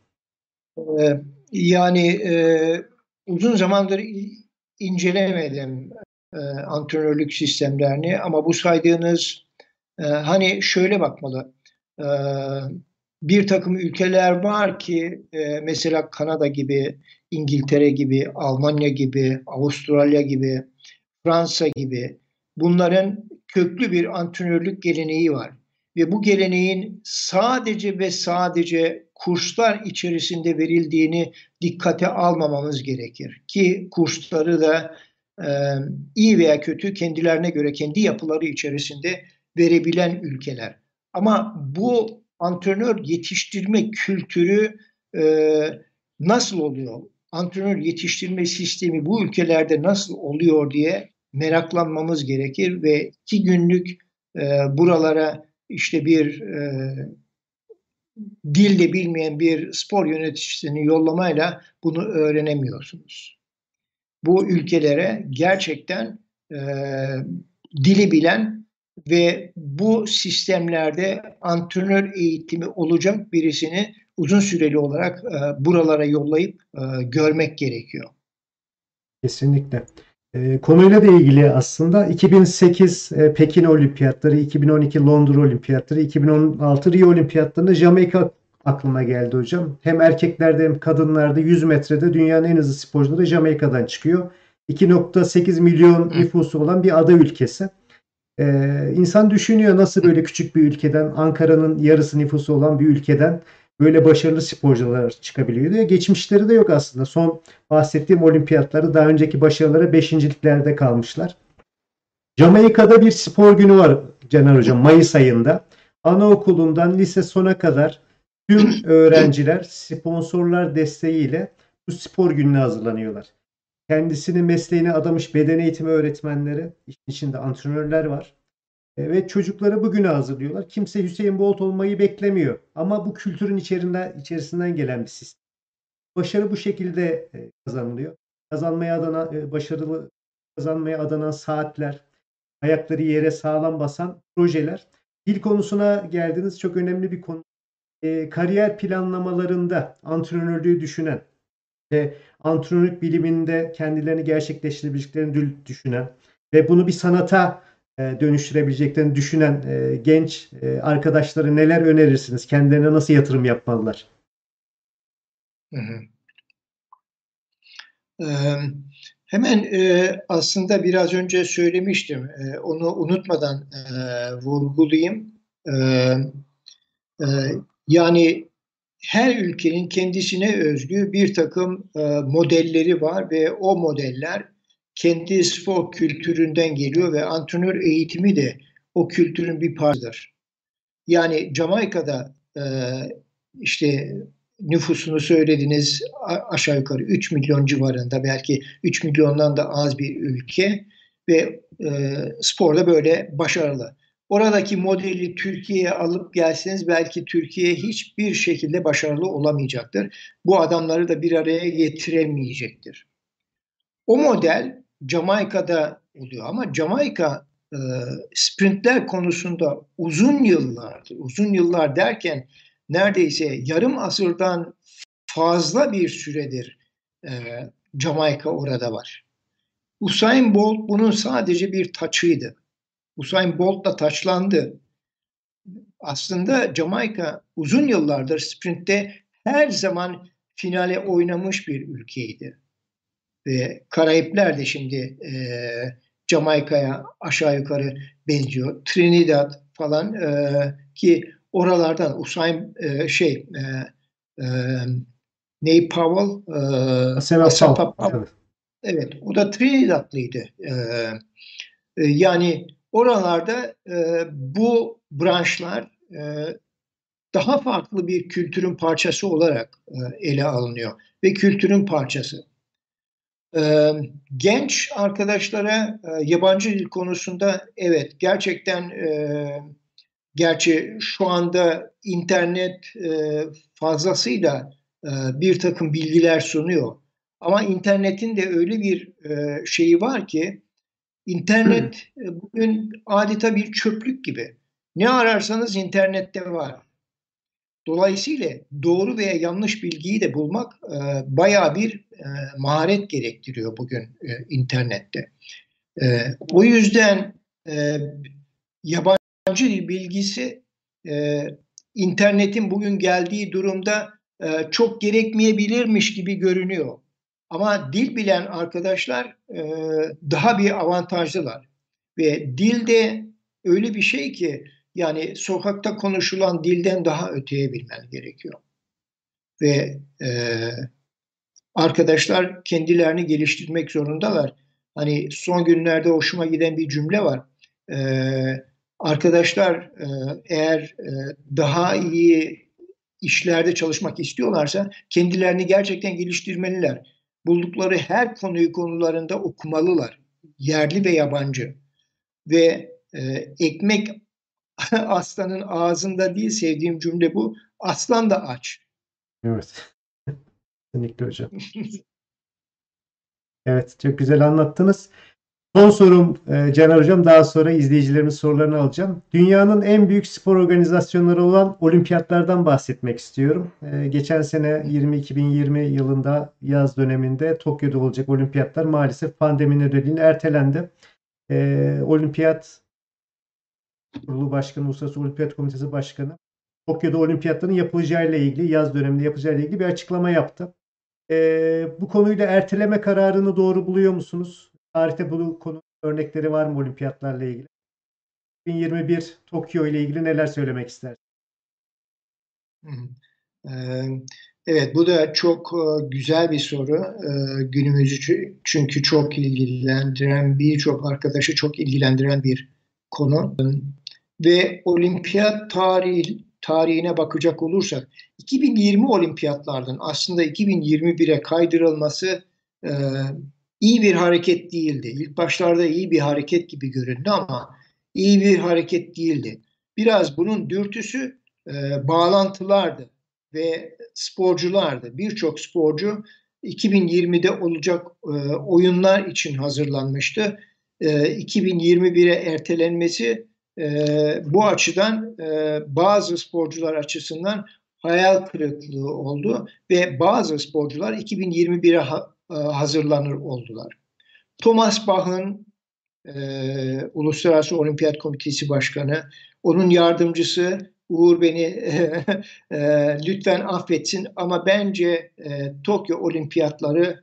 Yani uzun zamandır incelemedim antrenörlük sistemlerini ama bu saydığınız hani şöyle bakmalı. E, Bir takım ülkeler var ki mesela Kanada gibi, İngiltere gibi, Almanya gibi, Avustralya gibi, Fransa gibi bunların köklü bir antrenörlük geleneği var. Ve bu geleneğin sadece ve sadece kurslar içerisinde verildiğini dikkate almamamız gerekir. Ki kursları da e, iyi veya kötü kendilerine göre kendi yapıları içerisinde verebilen ülkeler. Ama bu antrenör yetiştirme kültürü e, nasıl oluyor? Antrenör yetiştirme sistemi bu ülkelerde nasıl oluyor diye meraklanmamız gerekir ve 2 günlük buralara işte bir dil de bilmeyen bir spor yöneticisini yollamayla bunu öğrenemiyorsunuz. bu ülkelere gerçekten e, dili bilen ve bu sistemlerde antrenör eğitimi olacak birisini uzun süreli olarak buralara yollayıp görmek gerekiyor. Kesinlikle. Konuyla da ilgili aslında 2008 Pekin Olimpiyatları, 2012 Londra Olimpiyatları, 2016 Rio Olimpiyatlarında Jamaika aklıma geldi hocam. Hem erkeklerde hem kadınlarda 100 metrede dünyanın en hızlı sporcuları Jamaika'dan çıkıyor. 2,8 milyon nüfusu olan bir ada ülkesi. İnsan düşünüyor nasıl böyle küçük bir ülkeden, Ankara'nın yarısı nüfusu olan bir ülkeden böyle başarılı sporcular çıkabiliyor diye. Geçmişleri de yok aslında. Son bahsettiğim olimpiyatları daha önceki başarıları beşinciliklerde kalmışlar. Jamaika'da bir spor günü var Caner Hocam Mayıs ayında. Anaokulundan lise sona kadar tüm öğrenciler sponsorlar desteğiyle bu spor gününe hazırlanıyorlar. Kendisini mesleğine adamış beden eğitimi öğretmenleri, işin içinde antrenörler var. Ve çocukları bugüne hazırlıyorlar. Kimse Hüseyin Bolt olmayı beklemiyor. Ama bu kültürün içerisinden gelen bir sistem. Başarı bu şekilde kazanılıyor. Başarılı kazanmaya adanan saatler, ayakları yere sağlam basan projeler. Dil konusuna geldiniz. Çok önemli bir konu. Kariyer planlamalarında antrenörlüğü düşünen ve antrenörlük biliminde kendilerini gerçekleştirebileceklerini düşünen ve bunu bir sanata dönüştürebileceklerini düşünen genç arkadaşlara neler önerirsiniz? Kendilerine nasıl yatırım yapmalılar? Hı hı. Hemen aslında biraz önce söylemiştim. Onu unutmadan vurgulayayım. E, e, Yani her ülkenin kendisine özgü bir takım modelleri var ve o modeller kendi spor kültüründen geliyor ve antrenör eğitimi de o kültürün bir parçasıdır. Yani Jamaika'da işte nüfusunu söylediniz aşağı yukarı 3 milyon civarında belki 3 milyondan da az bir ülke ve sporda böyle başarılı. Oradaki modeli Türkiye'ye alıp gelseniz belki Türkiye hiçbir şekilde başarılı olamayacaktır. Bu adamları da bir araya getiremeyecektir. O model Jamaika'da oluyor ama Jamaika e, sprintler konusunda uzun yıllar derken neredeyse yarım asırdan fazla bir süredir e, Jamaika orada var. Usain Bolt bunun sadece bir taçıydı. Usain Bolt da taçlandı. Aslında Jamaika uzun yıllardır sprintte her zaman finale oynamış bir ülkeydi. Karayipler de şimdi Jamaika'ya aşağı yukarı benziyor. Trinidad falan ki oralardan Usain e, Ney Powell Asenapal. Asapa Powell, Evet. evet o da Trinidadlıydı. Yani oralarda bu branşlar daha farklı bir kültürün parçası olarak ele alınıyor ve kültürün parçası. Genç arkadaşlara yabancı dil konusunda evet gerçekten gerçi şu anda internet fazlasıyla bir takım bilgiler sunuyor. Ama internetin de öyle bir şeyi var ki internet bugün adeta bir çöplük gibi. Ne ararsanız internette var. Dolayısıyla doğru veya yanlış bilgiyi de bulmak bayağı bir maharet gerektiriyor bugün internette. O yüzden yabancı dil bilgisi e, internetin bugün geldiği durumda çok gerekmeyebilirmiş gibi görünüyor. Ama dil bilen arkadaşlar daha bir avantajlılar. Ve dil de öyle bir şey ki yani sokakta konuşulan dilden daha öteye bilmen gerekiyor. Ve arkadaşlar kendilerini geliştirmek zorundalar. Hani son günlerde hoşuma giden bir cümle var. Arkadaşlar eğer daha iyi işlerde çalışmak istiyorlarsa kendilerini gerçekten geliştirmeliler. Buldukları her konularında okumalılar. Yerli ve yabancı. Ve ekmek aslanın ağzında değil, sevdiğim cümle bu. Aslan da aç. Evet. Kesinlikle hocam. Evet, çok güzel anlattınız. Son sorum Caner Hocam. Daha sonra izleyicilerimiz sorularını alacağım. Dünyanın en büyük spor organizasyonları olan olimpiyatlardan bahsetmek istiyorum. Geçen sene 2020 yılında yaz döneminde Tokyo'da olacak olimpiyatlar maalesef pandemi nedeniyle ertelendi. Olimpiyat Kurulu Başkanı, Uluslararası Olimpiyat Komitesi Başkanı Tokyo'da olimpiyatların yapılacağıyla ilgili, yaz döneminde yapılacağıyla ilgili bir açıklama yaptı. Bu konuyla erteleme kararını doğru buluyor musunuz? Tarihte bu konu örnekleri var mı olimpiyatlarla ilgili? 2021 Tokyo ile ilgili neler söylemek istersiniz? Hı hı. Evet, bu da çok güzel bir soru. Günümüzü çünkü çok ilgilendiren, birçok arkadaşı çok ilgilendiren bir konu. Ve olimpiyat tarihine bakacak olursak 2020 olimpiyatlardan aslında 2021'e kaydırılması e, iyi bir hareket değildi. İlk başlarda iyi bir hareket gibi göründü ama iyi bir hareket değildi. Biraz bunun dürtüsü bağlantılardı ve sporculardı. Birçok sporcu 2020'de olacak oyunlar için hazırlanmıştı. 2021'e ertelenmesi bu açıdan bazı sporcular açısından hayal kırıklığı oldu ve bazı sporcular 2021'e hazırlanır oldular. Thomas Bach'ın Uluslararası Olimpiyat Komitesi Başkanı, onun yardımcısı Uğur beni lütfen affetsin ama bence Tokyo Olimpiyatları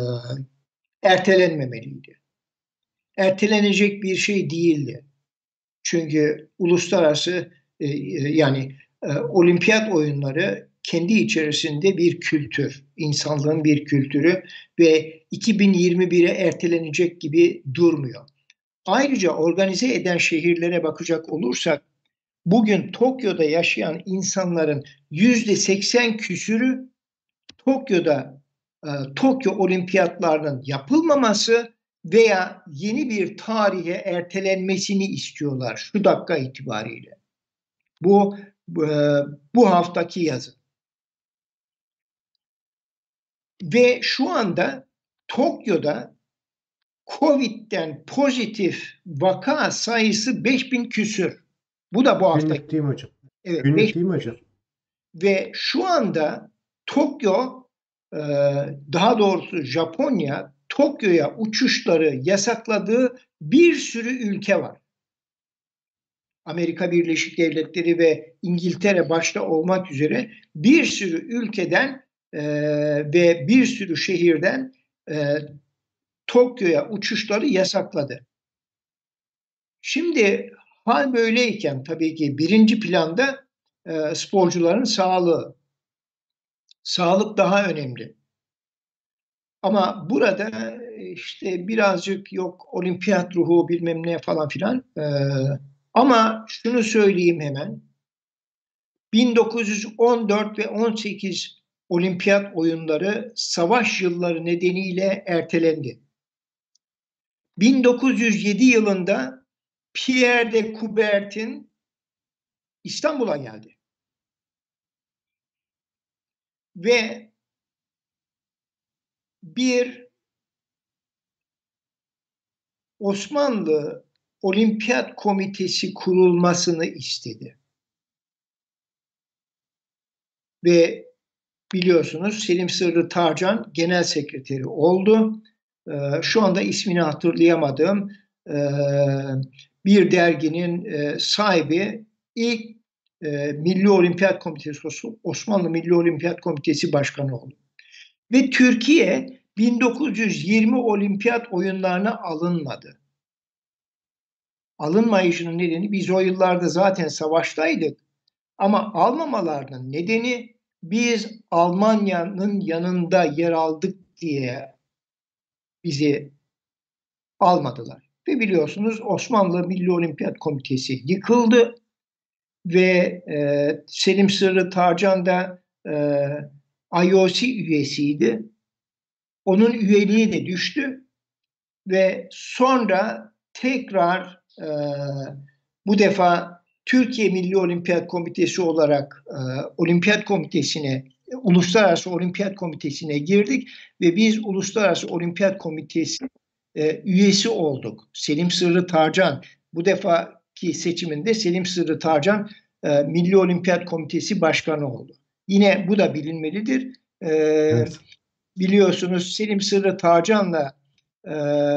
ertelenmemeliydi. Ertelenecek bir şey değildi. Çünkü uluslararası yani olimpiyat oyunları kendi içerisinde bir kültür, insanlığın bir kültürü ve 2021'e ertelenecek gibi durmuyor. Ayrıca organize eden şehirlere bakacak olursak bugün Tokyo'da yaşayan insanların %80 küsürü Tokyo'da Tokyo Olimpiyatlarının yapılmaması veya yeni bir tarihe ertelenmesini istiyorlar şu dakika itibariyle. Bu e, bu haftaki yazı. Ve şu anda Tokyo'da Covid'den pozitif vaka sayısı 5000 küsür. Bu da bu haftaki. Günlük değil mi hocam? Evet, Günlük 5000 değil mi hocam? küsür. Ve şu anda Tokyo, e, daha doğrusu Japonya, Tokyo'ya uçuşları yasakladığı bir sürü ülke var. Amerika Birleşik Devletleri ve İngiltere başta olmak üzere bir sürü ülkeden ve bir sürü şehirden Tokyo'ya uçuşları yasakladı. Şimdi hal böyleyken tabii ki birinci planda sporcuların sağlığı. Sağlık daha önemli. Ama burada işte birazcık yok olimpiyat ruhu bilmem ne falan filan. Ama şunu söyleyeyim hemen. 1914 ve 18 olimpiyat oyunları savaş yılları nedeniyle ertelendi. 1907 yılında Pierre de Coubertin İstanbul'a geldi. Ve bir Osmanlı Olimpiyat Komitesi kurulmasını istedi. Ve biliyorsunuz Selim Sırrı Tarcan genel sekreteri oldu. Şu anda ismini hatırlayamadığım bir derginin sahibi ilk Milli Olimpiyat Komitesi, Osmanlı Milli Olimpiyat Komitesi Başkanı oldu. Ve Türkiye 1920 olimpiyat oyunlarına alınmadı. Alınmayışının nedeni biz o yıllarda zaten savaştaydık. Ama almamalarının nedeni biz Almanya'nın yanında yer aldık diye bizi almadılar. Ve biliyorsunuz Osmanlı Milli Olimpiyat Komitesi yıkıldı ve Selim Sırrı Tarcan da IOC üyesiydi. Onun üyeliği de düştü ve sonra tekrar bu defa Türkiye Milli Olimpiyat Komitesi olarak Olimpiyat Komitesi'ne Uluslararası Olimpiyat Komitesi'ne girdik ve biz Uluslararası Olimpiyat Komitesi üyesi olduk. Selim Sırrı Tarcan, bu defaki seçiminde Selim Sırrı Tarcan Milli Olimpiyat Komitesi Başkanı oldu. Yine bu da bilinmelidir. Evet. Biliyorsunuz Selim Sırrı Tarcan'la e,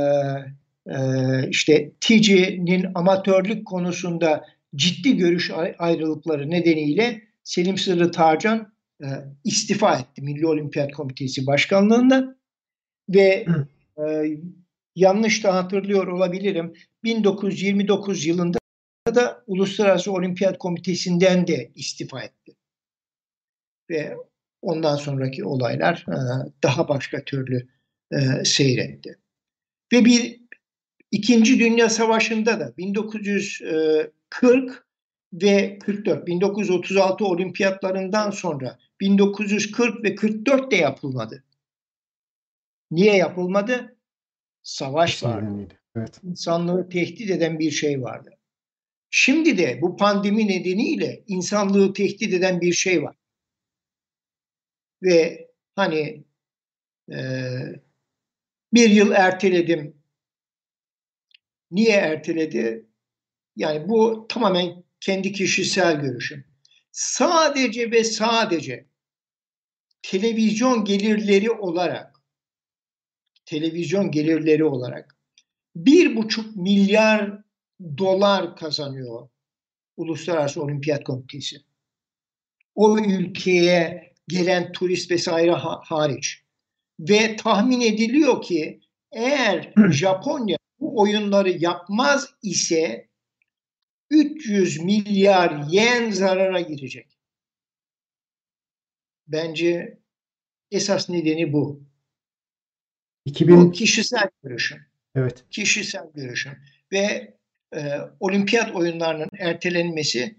işte TİCİ'nin amatörlük konusunda ciddi görüş ayrılıkları nedeniyle Selim Sırrı Tarcan istifa etti Milli Olimpiyat Komitesi Başkanlığından ve e, yanlış da hatırlıyor olabilirim, 1929 yılında da Uluslararası Olimpiyat Komitesi'nden de istifa etti. Ve ondan sonraki olaylar daha başka türlü seyretti. Ve İkinci Dünya Savaşı'nda da 1940 ve 44, 1936 olimpiyatlarından sonra 1940 ve 44 de yapılmadı. Niye yapılmadı? Savaş vardı. Evet. İnsanlığı tehdit eden bir şey vardı. Şimdi de bu pandemi nedeniyle insanlığı tehdit eden bir şey var. Ve hani bir yıl erteledim. Niye erteledi? Yani bu tamamen kendi kişisel görüşüm. Sadece ve sadece televizyon gelirleri olarak, televizyon gelirleri olarak 1,5 milyar dolar kazanıyor Uluslararası Olimpiyat Komitesi. O ülkeye gelen turist vesaire hariç. Ve tahmin ediliyor ki eğer Japonya bu oyunları yapmaz ise 300 milyar yen zarara girecek. Bence esas nedeni bu. 2000 Bu kişisel görüşüm. evet. Kişisel görüşüm. Ve olimpiyat oyunlarının ertelenmesi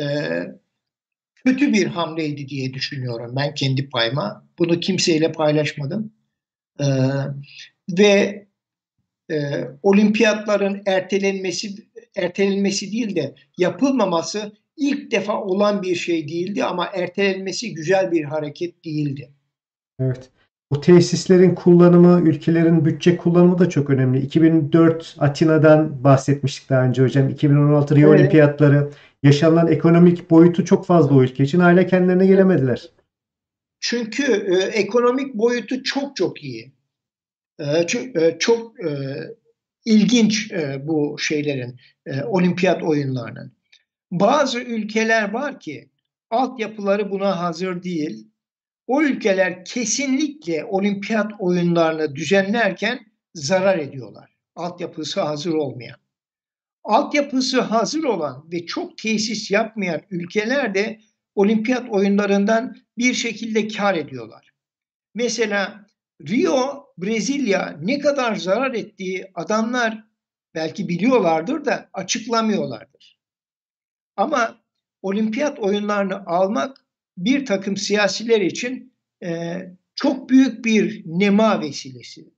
kötü bir hamleydi diye düşünüyorum ben kendi payıma. Bunu kimseyle paylaşmadım. E, ve olimpiyatların ertelenmesi değil de yapılmaması ilk defa olan bir şey değildi ama ertelenmesi güzel bir hareket değildi. Evet. Bu tesislerin kullanımı, ülkelerin bütçe kullanımı da çok önemli. 2004 Atina'dan bahsetmiştik daha önce hocam. 2016 Rio Evet. Olimpiyatları, yaşanan ekonomik boyutu çok fazla o ülke için. Hala kendilerine gelemediler. Çünkü ekonomik boyutu çok çok iyi. Çok ilginç bu şeylerin, olimpiyat oyunlarının. Bazı ülkeler var ki altyapıları buna hazır değil. O ülkeler kesinlikle olimpiyat oyunlarını düzenlerken zarar ediyorlar. Altyapısı hazır olmayan. Altyapısı hazır olan ve çok tesis yapmayan ülkeler de olimpiyat oyunlarından bir şekilde kar ediyorlar. Mesela Rio, Brezilya ne kadar zarar ettiği adamlar belki biliyorlardır da açıklamıyorlardır. Ama olimpiyat oyunlarını almak bir takım siyasiler için çok büyük bir nema vesilesi.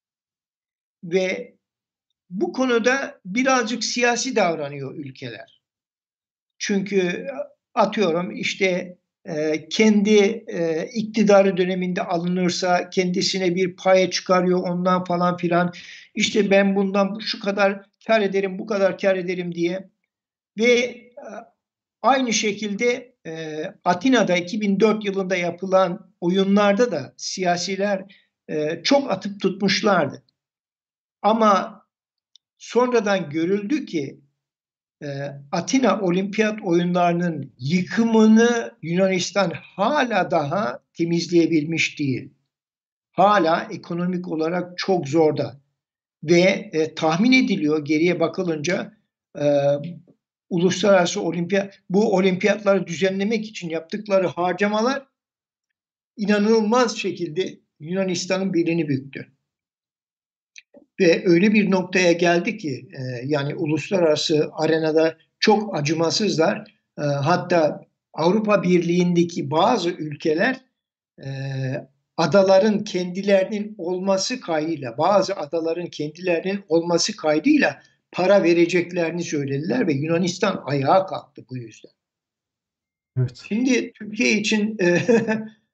Ve bu konuda birazcık siyasi davranıyor ülkeler. Çünkü atıyorum işte kendi iktidarı döneminde alınırsa kendisine bir paya çıkarıyor ondan falan filan. İşte ben bundan şu kadar kar ederim, bu kadar kar ederim diye. Ve aynı şekilde Atina'da 2004 yılında yapılan oyunlarda da siyasiler çok atıp tutmuşlardı. Ama sonradan görüldü ki Atina Olimpiyat Oyunları'nın yıkımını Yunanistan hala daha temizleyebilmiş değil. Hala ekonomik olarak çok zorda. Ve tahmin ediliyor geriye bakılınca e, uluslararası bu olimpiyatları düzenlemek için yaptıkları harcamalar inanılmaz şekilde Yunanistan'ın belini büktü. Ve öyle bir noktaya geldi ki yani uluslararası arenada çok acımasızlar. Hatta Avrupa Birliği'ndeki bazı ülkeler e, adaların kendilerinin olması kaydıyla, bazı adaların kendilerinin olması kaydıyla para vereceklerini söylediler ve Yunanistan ayağa kalktı bu yüzden. Evet. Şimdi Türkiye için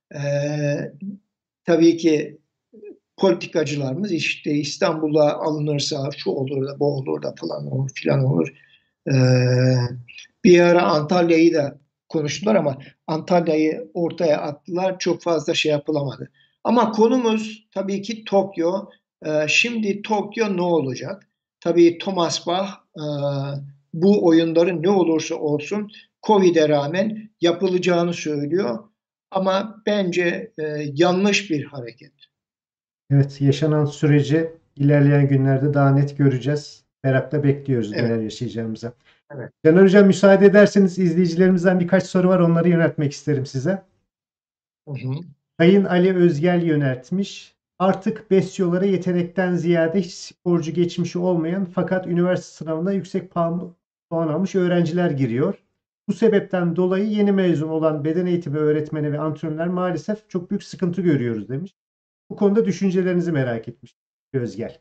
Tabii ki politikacılarımız işte İstanbul'a alınırsa şu olur da bu olur da falan olur filan olur. Ee, Bir ara Antalya'yı da konuştular ama Antalya'yı ortaya attılar. Çok fazla şey yapılamadı. Ama konumuz tabii ki Tokyo. Şimdi Tokyo ne olacak? Tabii Thomas Bach bu oyunların ne olursa olsun Covid'e rağmen yapılacağını söylüyor. Ama bence yanlış bir hareket. Evet, yaşanan süreci ilerleyen günlerde daha net göreceğiz. Merakla bekliyoruz Evet, neler yaşayacağımıza. evet. Caner Hocam, müsaade ederseniz izleyicilerimizden birkaç soru var. Onları yöneltmek isterim size. Hı hı. Sayın Ali Özgel yöneltmiş. Artık besyolara yetenekten ziyade hiç sporcu geçmişi olmayan fakat üniversite sınavına yüksek puan almış öğrenciler giriyor. Bu sebepten dolayı yeni mezun olan beden eğitimi öğretmeni ve antrenörler maalesef çok büyük sıkıntı görüyoruz demiş. Bu konuda düşüncelerinizi merak etmiş Özgel.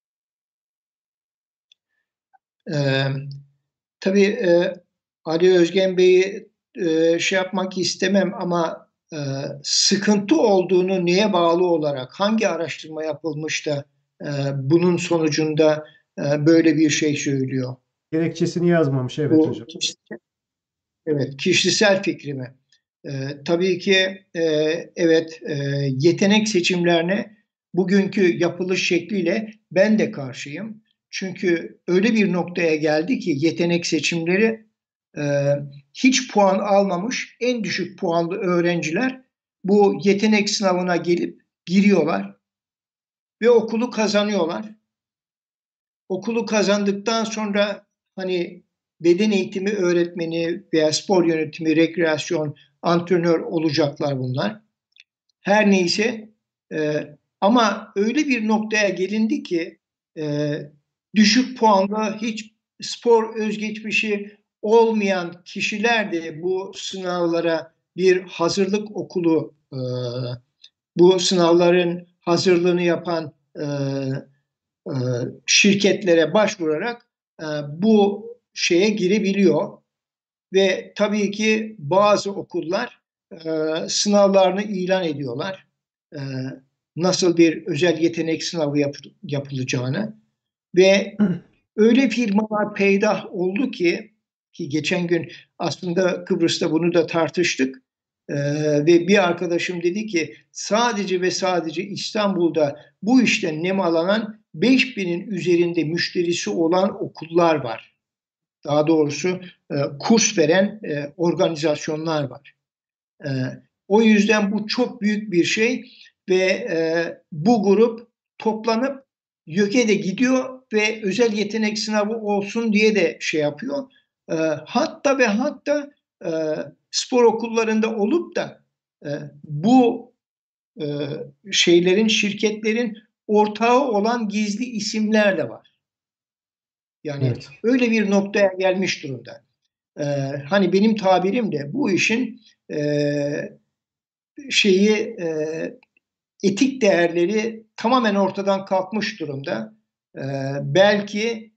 Ee, tabii Ali Özgen Bey'i şey yapmak istemem ama sıkıntı olduğunu neye bağlı olarak hangi araştırma yapılmış da bunun sonucunda böyle bir şey söylüyor? Gerekçesini yazmamış, evet Bu hocam. evet, kişisel fikrimi. Tabii ki evet, yetenek seçimlerine bugünkü yapılış şekliyle ben de karşıyım. Çünkü öyle bir noktaya geldi ki yetenek seçimleri e, hiç puan almamış en düşük puanlı öğrenciler bu yetenek sınavına gelip giriyorlar ve okulu kazanıyorlar. Okulu kazandıktan sonra hani beden eğitimi öğretmeni veya spor yönetimi, rekreasyon, antrenör olacaklar bunlar. Her neyse ama öyle bir noktaya gelindi ki e, düşük puanlı hiç spor özgeçmişi olmayan kişiler de bu sınavlara bir hazırlık okulu, bu sınavların hazırlığını yapan e, şirketlere başvurarak bu şeye girebiliyor ve tabii ki bazı okullar sınavlarını ilan ediyorlar. E, Nasıl bir özel yetenek sınavı yapılacağını ve öyle firmalar peydah oldu ki geçen gün aslında Kıbrıs'ta bunu da tartıştık. Ve bir arkadaşım dedi ki sadece ve sadece İstanbul'da bu işten nemalanan 5.000'in üzerinde müşterisi olan okullar var. Daha doğrusu kurs veren organizasyonlar var. E, O yüzden bu çok büyük bir şey ve bu grup toplanıp YÖK'e de gidiyor ve özel yetenek sınavı olsun diye de şey yapıyor. Hatta ve hatta e, spor okullarında olup da e, bu e, şeylerin, şirketlerin ortağı olan gizli isimler de var. Yani Evet. öyle bir noktaya gelmiş durumda. Ee, Hani benim tabirim de bu işin e, şeyi etik değerleri tamamen ortadan kalkmış durumda. Ee, Belki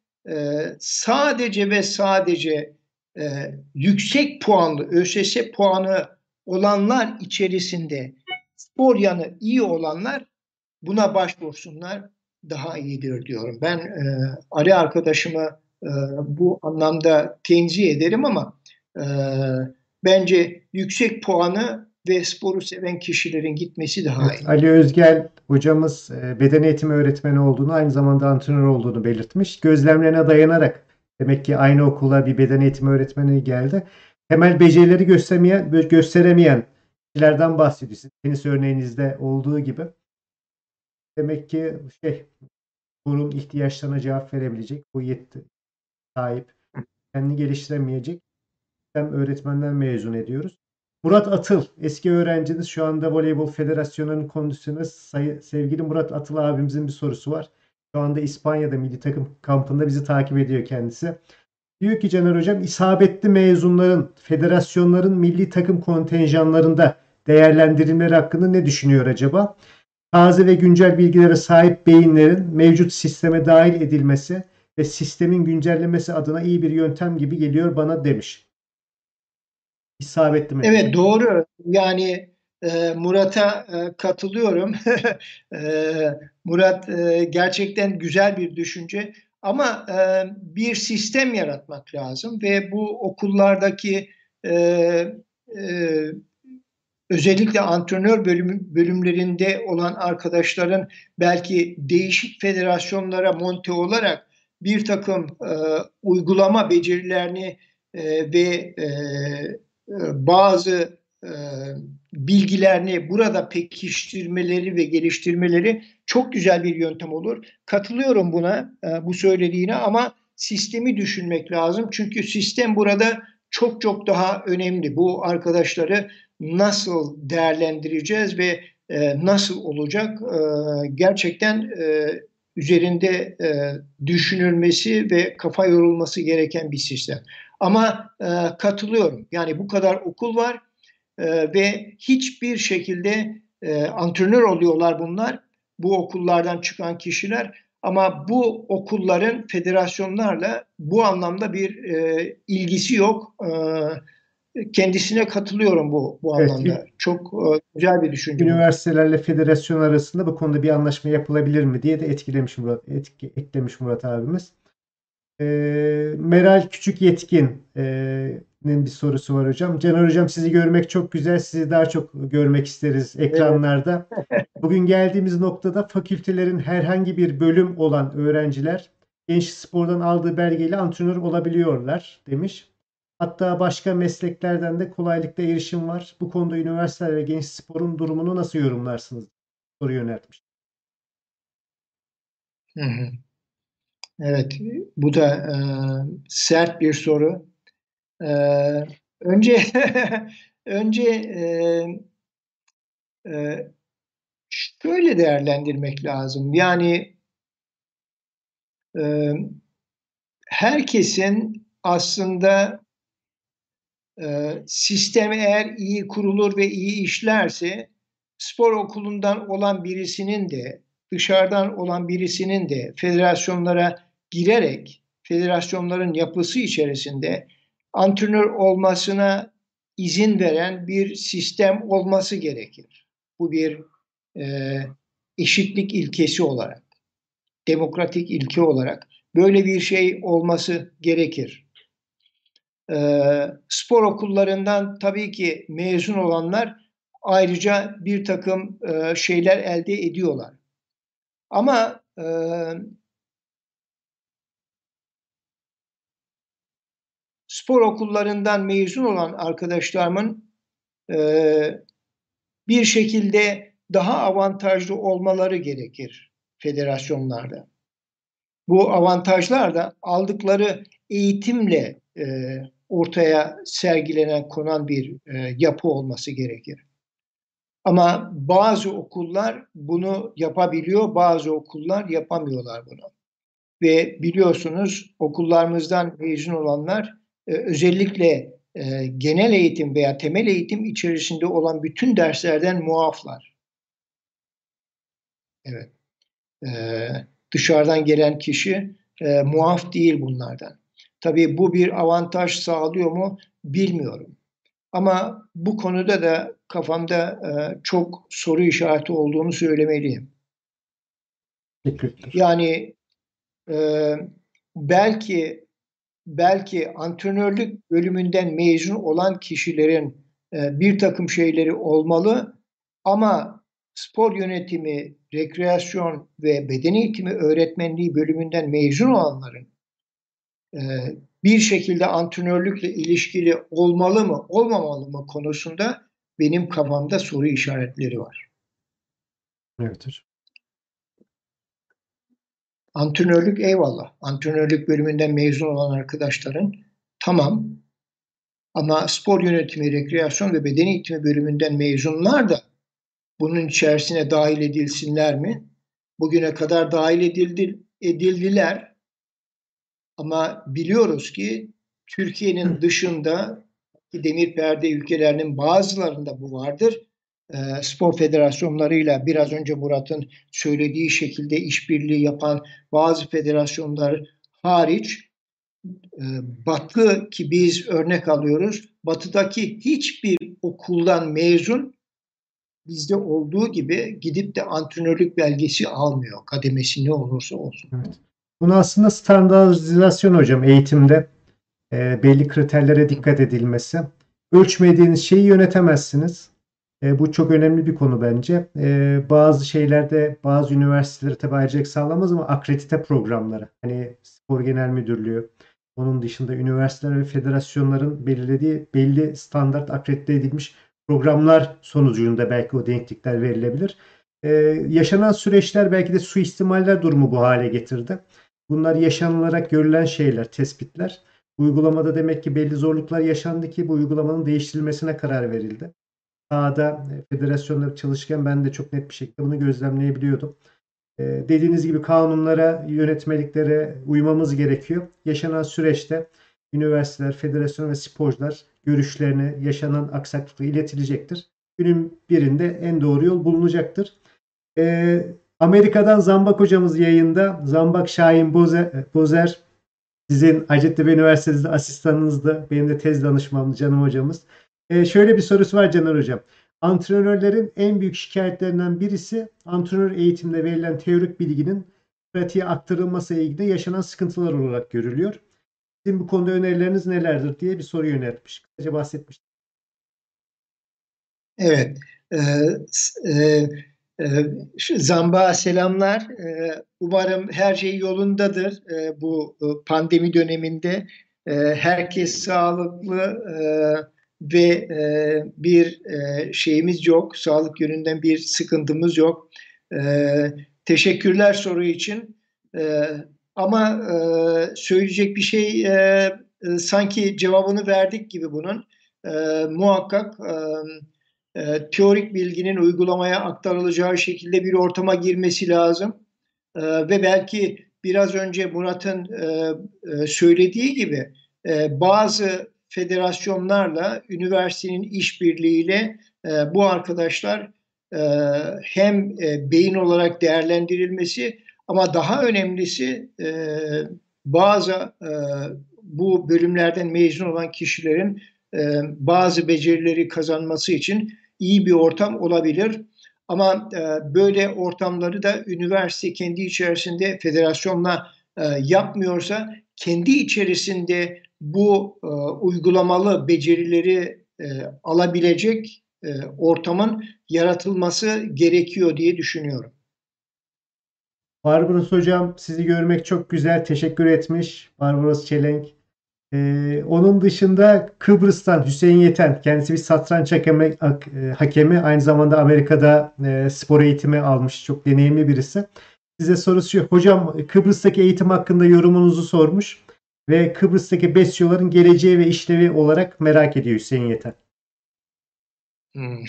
sadece ve sadece yüksek puanlı ÖSS puanı olanlar içerisinde spor yanı iyi olanlar buna başvursunlar daha iyidir diyorum. Ben Ali arkadaşımı bu anlamda tenzih ederim ama e, bence yüksek puanı ve sporu seven kişilerin gitmesi daha Evet, iyi. Ali Özgel hocamız beden eğitimi öğretmeni olduğunu, aynı zamanda antrenör olduğunu belirtmiş. Gözlemlerine dayanarak demek ki aynı okula bir beden eğitimi öğretmeni geldi. Temel becerileri gösteremeyen kişilerden bahsediyor. Sizin tenis örneğinizde olduğu gibi. Demek ki bunun ihtiyaçlarına cevap verebilecek, bu yetki sahip, kendini geliştiremeyecek hem öğretmenler mezun ediyoruz. Murat Atıl, eski öğrenciniz, şu anda Voleybol Federasyonu'nun kondisyonu. Sevgili Murat Atıl abimizin bir sorusu var. Şu anda İspanya'da milli takım kampında bizi takip ediyor kendisi. Diyor ki Caner Hocam, isabetli mezunların, federasyonların milli takım kontenjanlarında değerlendirimleri hakkında ne düşünüyor acaba? Taze ve güncel bilgilere sahip beyinlerin mevcut sisteme dahil edilmesi ve sistemin güncellemesi adına iyi bir yöntem gibi geliyor bana demiş. İsabetli mezun. Evet, doğru. Yani Murat'a katılıyorum. Murat gerçekten güzel bir düşünce ama bir sistem yaratmak lazım ve bu okullardaki e, e, özellikle antrenör bölümlerinde olan arkadaşların belki değişik federasyonlara monte olarak bir takım uygulama becerilerini ve bazı bilgilerini burada pekiştirmeleri ve geliştirmeleri çok güzel bir yöntem olur. Katılıyorum buna, bu söylediğine ama sistemi düşünmek lazım. Çünkü sistem burada çok çok daha önemli. Bu arkadaşları nasıl değerlendireceğiz ve nasıl olacak gerçekten üzerinde düşünülmesi ve kafa yorulması gereken bir sistem. Ama katılıyorum. Yani bu kadar okul var ve hiçbir şekilde antrenör oluyorlar bunlar. Bu okullardan çıkan kişiler ama bu okulların federasyonlarla bu anlamda bir ilgisi yok. Kendisine katılıyorum bu Evet, anlamda. Çok güzel bir düşünce bu. üniversitelerle federasyon arasında bu konuda bir anlaşma yapılabilir mi diye de eklemiş Murat abimiz. Meral Küçük Yetkin'in bir sorusu var hocam. Caner hocam, sizi görmek çok güzel. Sizi daha çok görmek isteriz Evet. ekranlarda. Bugün geldiğimiz noktada fakültelerin herhangi bir bölüm olan öğrenciler Gençlik Spor'dan aldığı belgeyle antrenör olabiliyorlar demiş. Hatta başka mesleklerden de kolaylıkla erişim var. Bu konuda üniversiteler ve Gençlik Spor'un durumunu nasıl yorumlarsınız? Soru yöneltmiş. Hı hı. Evet, bu da sert bir soru. E, önce önce şöyle değerlendirmek lazım. Yani e, herkesin aslında sistem eğer iyi kurulur ve iyi işlerse spor okulundan olan birisinin de dışarıdan olan birisinin de federasyonlara girerek federasyonların yapısı içerisinde antrenör olmasına izin veren bir sistem olması gerekir. Bu bir e, eşitlik ilkesi olarak, demokratik ilke olarak böyle bir şey olması gerekir. Spor okullarından tabii ki mezun olanlar ayrıca bir takım şeyler elde ediyorlar. Ama spor okullarından mezun olan arkadaşlarımın e, bir şekilde daha avantajlı olmaları gerekir federasyonlarda. Bu avantajlar da aldıkları eğitimle ortaya sergilenen, konan bir yapı olması gerekir. Ama bazı okullar bunu yapabiliyor, bazı okullar yapamıyorlar bunu. Ve biliyorsunuz okullarımızdan mezun olanlar özellikle genel eğitim veya temel eğitim içerisinde olan bütün derslerden muaflar. Evet. E, dışarıdan gelen kişi muaf değil bunlardan. Tabii bu bir avantaj sağlıyor mu bilmiyorum. Ama bu konuda da kafamda çok soru işareti olduğunu söylemeliyim. Teşekkürler. Yani e, belki antrenörlük bölümünden mezun olan kişilerin bir takım şeyleri olmalı ama spor yönetimi, rekreasyon ve beden eğitimi öğretmenliği bölümünden mezun olanların e, bir şekilde antrenörlükle ilişkili olmalı mı, olmamalı mı konusunda benim kafamda soru işaretleri var. Evet hocam. Antrenörlük eyvallah. Antrenörlük bölümünden mezun olan arkadaşların tamam ama spor yönetimi, rekreasyon ve beden eğitimi bölümünden mezunlar da bunun içerisine dahil edilsinler mi? Bugüne kadar edildiler ama biliyoruz ki Türkiye'nin dışında demir perde ülkelerinin bazılarında bu vardır. Spor federasyonlarıyla biraz önce Murat'ın söylediği şekilde işbirliği yapan bazı federasyonlar hariç Batı ki biz örnek alıyoruz. Batı'daki hiçbir okuldan mezun bizde olduğu gibi gidip de antrenörlük belgesi almıyor. Kademesi ne olursa olsun. Evet. Bunu aslında standartizasyon hocam eğitimde belli kriterlere dikkat edilmesi. Ölçmediğiniz şeyi yönetemezsiniz. Bu çok önemli bir konu bence. Bazı şeylerde bazı üniversiteleri tabii ayrıcalık sağlamaz ama akredite programları. Hani Spor Genel Müdürlüğü, onun dışında üniversiteler ve federasyonların belirlediği belli standart akredite edilmiş programlar sonucunda belki o denklikler verilebilir. Yaşanan süreçler belki de suistimaller durumu bu hale getirdi. Bunlar yaşanılarak görülen şeyler, tespitler. Uygulamada demek ki belli zorluklar yaşandı ki bu uygulamanın değiştirilmesine karar verildi. Sahada federasyonlar çalışırken ben de çok net bir şekilde bunu gözlemleyebiliyordum. Dediğiniz gibi kanunlara, yönetmeliklere uymamız gerekiyor. Yaşanan süreçte üniversiteler, federasyon ve sporcular görüşlerini, yaşanan aksaklıkları iletilecektir. Günün birinde en doğru yol bulunacaktır. Amerika'dan Zambak hocamız yayında. Zambak Şahin Bozer sizin Hacettepe Üniversitesi'nde asistanınızdı. Benim de tez danışmamdı canım hocamız. Şöyle bir sorusu var Caner Hocam. Antrenörlerin en büyük şikayetlerinden birisi antrenör eğitimde verilen teorik bilginin pratiğe aktarılması ile ilgili yaşanan sıkıntılar olarak görülüyor. Sizin bu konuda önerileriniz nelerdir diye bir soru yöneltmiş. Kısaca bahsetmiştim. Evet. E, e, Zamba selamlar. Umarım her şey yolundadır bu pandemi döneminde. Herkes sağlıklı ve bir şeyimiz yok. Sağlık yönünden bir sıkıntımız yok. Teşekkürler soru için. E, Ama söyleyecek bir şey sanki cevabını verdik gibi bunun. Muhakkak teorik bilginin uygulamaya aktarılacağı şekilde bir ortama girmesi lazım. Ve belki biraz önce Murat'ın söylediği gibi bazı federasyonlarla üniversitenin işbirliğiyle bu arkadaşlar e, hem beyin olarak değerlendirilmesi ama daha önemlisi bazı bu bölümlerden mezun olan kişilerin bazı becerileri kazanması için iyi bir ortam olabilir. Ama böyle ortamları da üniversite kendi içerisinde federasyonla yapmıyorsa kendi içerisinde bu uygulamalı becerileri alabilecek ortamın yaratılması gerekiyor diye düşünüyorum. Barbaros Hocam sizi görmek çok güzel. Teşekkür etmiş. Barbaros Çelenk. Onun dışında Kıbrıs'tan Hüseyin Yeten, kendisi bir satranç hakemi, aynı zamanda Amerika'da spor eğitimi almış, çok deneyimli birisi. Size sorusu şu, hocam Kıbrıs'taki eğitim hakkında yorumunuzu sormuş ve Kıbrıs'taki besyoların geleceği ve işlevi olarak merak ediyor Hüseyin Yeten. Hmm.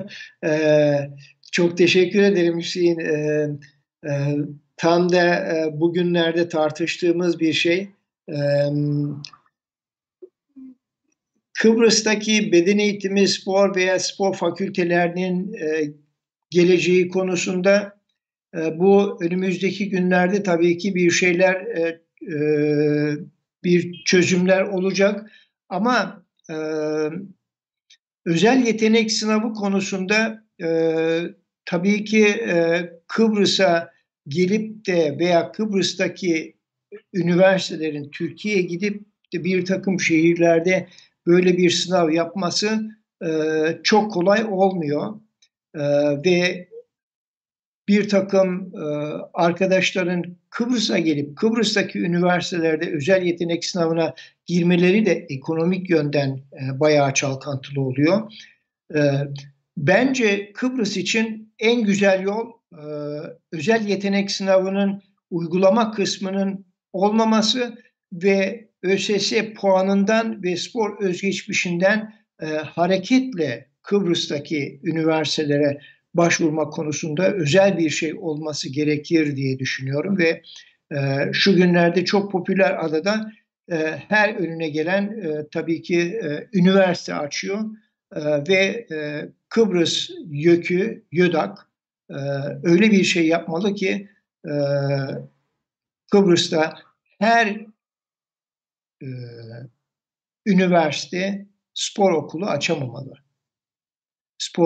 Çok teşekkür ederim Hüseyin. E, Tam da bugünlerde tartıştığımız bir şey. E, Kıbrıs'taki beden eğitimi, spor veya spor fakültelerinin geleceği konusunda bu önümüzdeki günlerde tabii ki bir şeyler, bir çözümler olacak. Ama özel yetenek sınavı konusunda tabii ki Kıbrıs'a gelip de veya Kıbrıs'taki üniversitelerin Türkiye'ye gidip de bir takım şehirlerde böyle bir sınav yapması çok kolay olmuyor. Ve bir takım arkadaşların Kıbrıs'a gelip Kıbrıs'taki üniversitelerde özel yetenek sınavına girmeleri de ekonomik yönden bayağı çalkantılı oluyor. E, Bence Kıbrıs için en güzel yol özel yetenek sınavının uygulama kısmının olmaması ve ÖSS puanından ve spor özgeçmişinden hareketle Kıbrıs'taki üniversitelere başvurma konusunda özel bir şey olması gerekir diye düşünüyorum ve şu günlerde çok popüler adada her önüne gelen tabii ki üniversite açıyor ve Kıbrıs YÖK'ü, YÖDAK öyle bir şey yapmalı ki e, Kıbrıs'ta her e, üniversite spor okulu açamamalı. Spor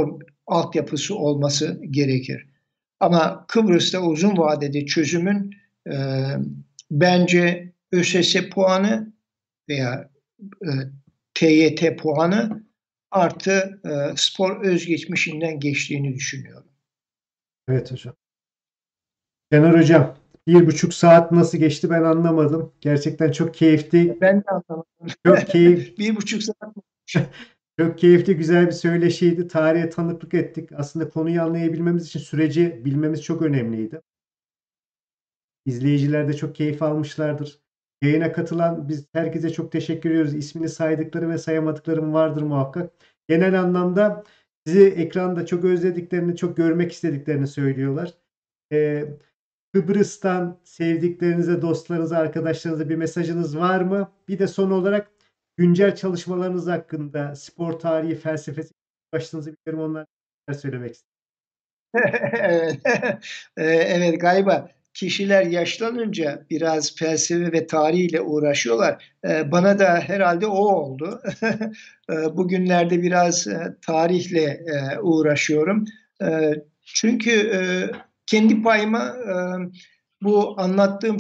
altyapısı olması gerekir. Ama Kıbrıs'ta uzun vadede çözümün e, bence ÖSS puanı veya e, TYT puanı artı spor özgeçmişinden geçtiğini düşünüyorum. Evet hocam. Caner hocam, 1,5 saat nasıl geçti ben anlamadım. Gerçekten çok keyifli, Ben de anlamadım. çok keyif, 1,5 saat. çok keyifli, güzel bir söyleşiydi. Tarihe tanıklık ettik. Aslında konuyu anlayabilmemiz için süreci bilmemiz çok önemliydi. İzleyiciler de çok keyif almışlardır. Yayına katılan biz herkese çok teşekkür ediyoruz. İsmini saydıkları ve sayamadıklarım vardır muhakkak. Genel anlamda sizi ekranda çok özlediklerini, çok görmek istediklerini söylüyorlar. Ee, Kıbrıs'tan sevdiklerinize, dostlarınıza, arkadaşlarınıza bir mesajınız var mı? Bir de son olarak güncel çalışmalarınız hakkında spor tarihi, felsefesi başınızı biliyorum onlarla söylemek istedim. Evet. Evet, galiba kişiler yaşlanınca biraz felsefe ve tarihle uğraşıyorlar. Bana da herhalde o oldu. Bugünlerde biraz tarihle uğraşıyorum. Çünkü kendi payıma bu anlattığım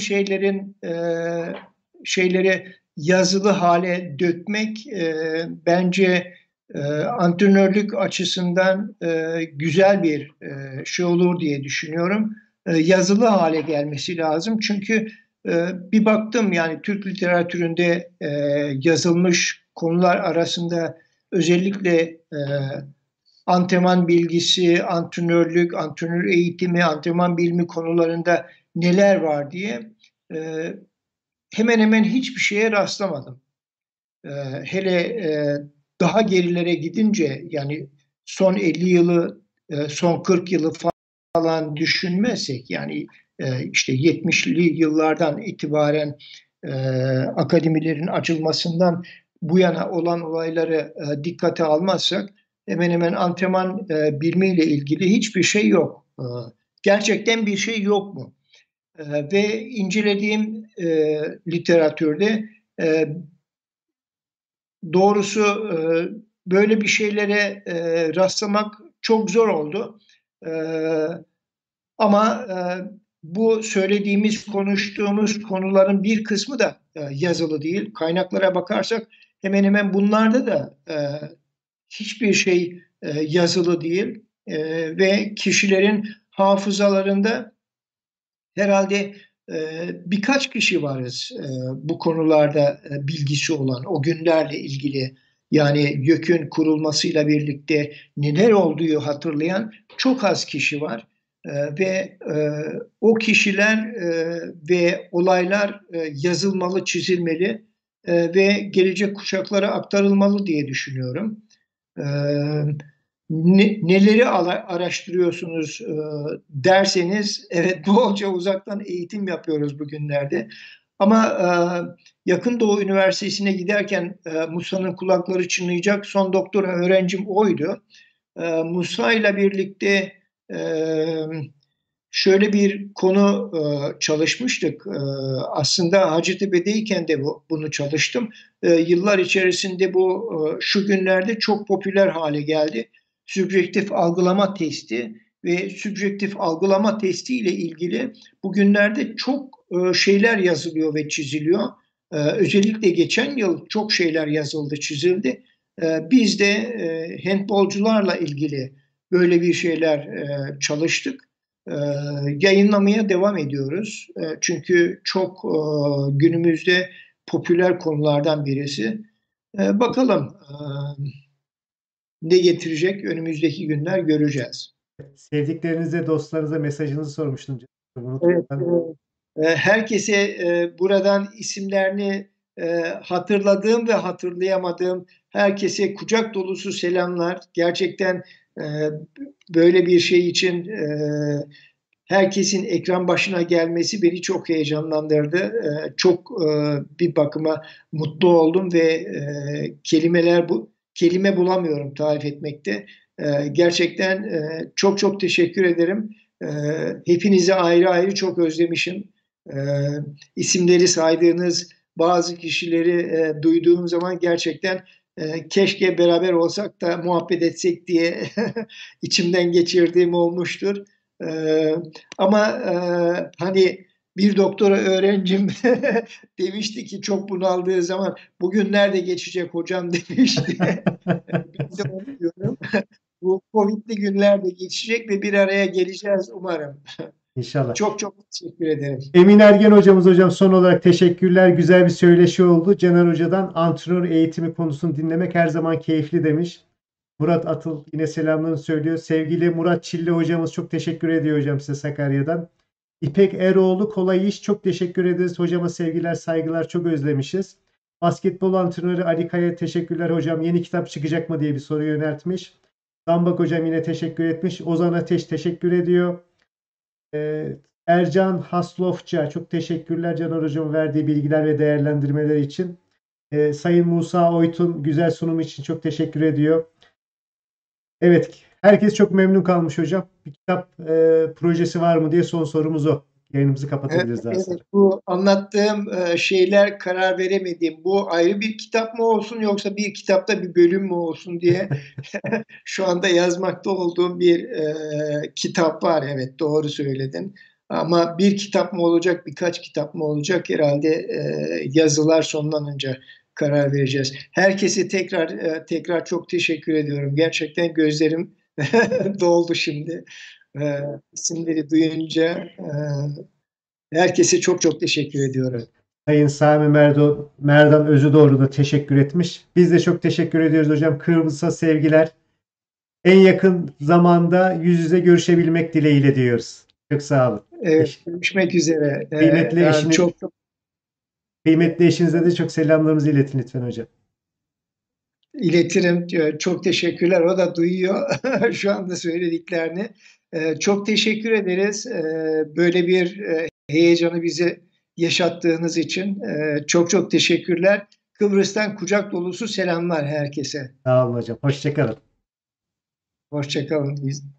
şeyleri yazılı hale dökmek bence antrenörlük açısından güzel bir şey olur diye düşünüyorum. Yazılı hale gelmesi lazım. Çünkü bir baktım yani Türk literatüründe yazılmış konular arasında özellikle antrenman bilgisi, antrenörlük, antrenör eğitimi, antrenman bilimi konularında neler var diye e, hemen hemen hiçbir şeye rastlamadım. Hele daha gerilere gidince yani son 50 yılı, son 40 yılı falan düşünmezsek yani işte 70'li yıllardan itibaren e, akademilerin açılmasından bu yana olan olayları dikkate almazsak hemen hemen antrenman bilimiyle ilgili hiçbir şey yok. Gerçekten bir şey yok mu? Ve incelediğim literatürde doğrusu böyle bir şeylere rastlamak çok zor oldu. E, ama bu söylediğimiz, konuştuğumuz konuların bir kısmı da yazılı değil. Kaynaklara bakarsak hemen hemen bunlarda da hiçbir şey yazılı değil. Ve kişilerin hafızalarında herhalde birkaç kişi varız bu konularda bilgisi olan, o günlerle ilgili. Yani YÖK'ün kurulmasıyla birlikte neler olduğu hatırlayan çok az kişi var. Ve o kişiler ve olaylar yazılmalı, çizilmeli ve gelecek kuşaklara aktarılmalı diye düşünüyorum. E, neleri araştırıyorsunuz derseniz, evet bolca uzaktan eğitim yapıyoruz bugünlerde. Ama Yakın Doğu Üniversitesi'ne giderken Musa'nın kulakları çınlayacak son doktora öğrencim oydu. Musa ile birlikte e, şöyle bir konu çalışmıştık. Aslında Hacettepe'deyken de bunu çalıştım. Yıllar içerisinde bu şu günlerde çok popüler hale geldi. Sübjektif algılama testi ve sübjektif algılama testi ile ilgili bugünlerde çok şeyler yazılıyor ve çiziliyor. Özellikle geçen yıl çok şeyler yazıldı, çizildi. Biz de handbolcularla ilgili böyle bir şeyler çalıştık. Ee, Yayınlamaya devam ediyoruz. Çünkü çok günümüzde popüler konulardan birisi. Bakalım ne getirecek önümüzdeki günler göreceğiz. Sevdiklerinize, dostlarınıza mesajınızı sormuştum. Evet, Unutmadan. herkese buradan isimlerini hatırladığım ve hatırlayamadığım herkese kucak dolusu selamlar. Gerçekten e, böyle bir şey için herkesin ekran başına gelmesi beni çok heyecanlandırdı. Çok bir bakıma mutlu oldum ve kelime bulamıyorum tarif etmekte. Gerçekten çok çok teşekkür ederim. E, Hepinizi ayrı ayrı çok özlemişim. E, isimleri saydığınız bazı kişileri duyduğum zaman gerçekten Keşke beraber olsak da muhabbet etsek diye içimden geçirdiğim olmuştur. Ama hani bir doktora öğrencim demişti ki çok bunaldığı zaman bugün nerede geçecek hocam demişti. Ben de onu diyorum. Bu Covid'li günler de geçecek ve bir araya geleceğiz umarım. İnşallah. Çok çok teşekkür ederim. Emin Ergen hocamız hocam son olarak teşekkürler. Güzel bir söyleşi oldu. Caner Hoca'dan antrenör eğitimi konusunu dinlemek her zaman keyifli demiş. Murat Atıl yine selamlarını söylüyor. Sevgili Murat Çilli hocamız çok teşekkür ediyor hocam size Sakarya'dan. İpek Eroğlu kolay iş çok teşekkür ederiz. Hocama sevgiler saygılar çok özlemişiz. Basketbol antrenörü Ali Kaya teşekkürler hocam. Yeni kitap çıkacak mı diye bir soru yöneltmiş. Dambak hocam yine teşekkür etmiş. Ozan Ateş teşekkür ediyor. Ercan Haslofça çok teşekkürler Caner hocam verdiği bilgiler ve değerlendirmeler için. Sayın Musa Oytun güzel sunum için çok teşekkür ediyor. Evet, herkes çok memnun kalmış hocam. Bir kitap projesi var mı diye son sorumuz o. Yayınımızı kapatabiliriz daha sonra. Evet, bu anlattığım şeyler karar veremedim. Bu ayrı bir kitap mı olsun yoksa bir kitapta bir bölüm mü olsun diye şu anda yazmakta olduğum bir kitap var. Evet, doğru söyledin. Ama bir kitap mı olacak, birkaç kitap mı olacak herhalde yazılar sonlanınca karar vereceğiz. Herkese tekrar çok teşekkür ediyorum. Gerçekten gözlerim doldu şimdi. İsimleri duyunca herkese çok çok teşekkür ediyorum. Sayın Sami Merdan Özüdoğru da teşekkür etmiş. Biz de çok teşekkür ediyoruz hocam. Kıbrıs'a sevgiler. En yakın zamanda yüz yüze görüşebilmek dileğiyle diyoruz. Çok sağ olun. Evet, görüşmek üzere. Kıymetli Yani eşiniz, çok kıymetli eşinize de çok selamlarımızı iletin lütfen hocam. iletirim. Çok teşekkürler. O da duyuyor şu anda söylediklerini. Çok teşekkür ederiz. Böyle bir heyecanı bize yaşattığınız için. Çok çok teşekkürler. Kıbrıs'tan kucak dolusu selamlar herkese. Sağ olun hocam. Hoşça kalın. Hoşça kalın.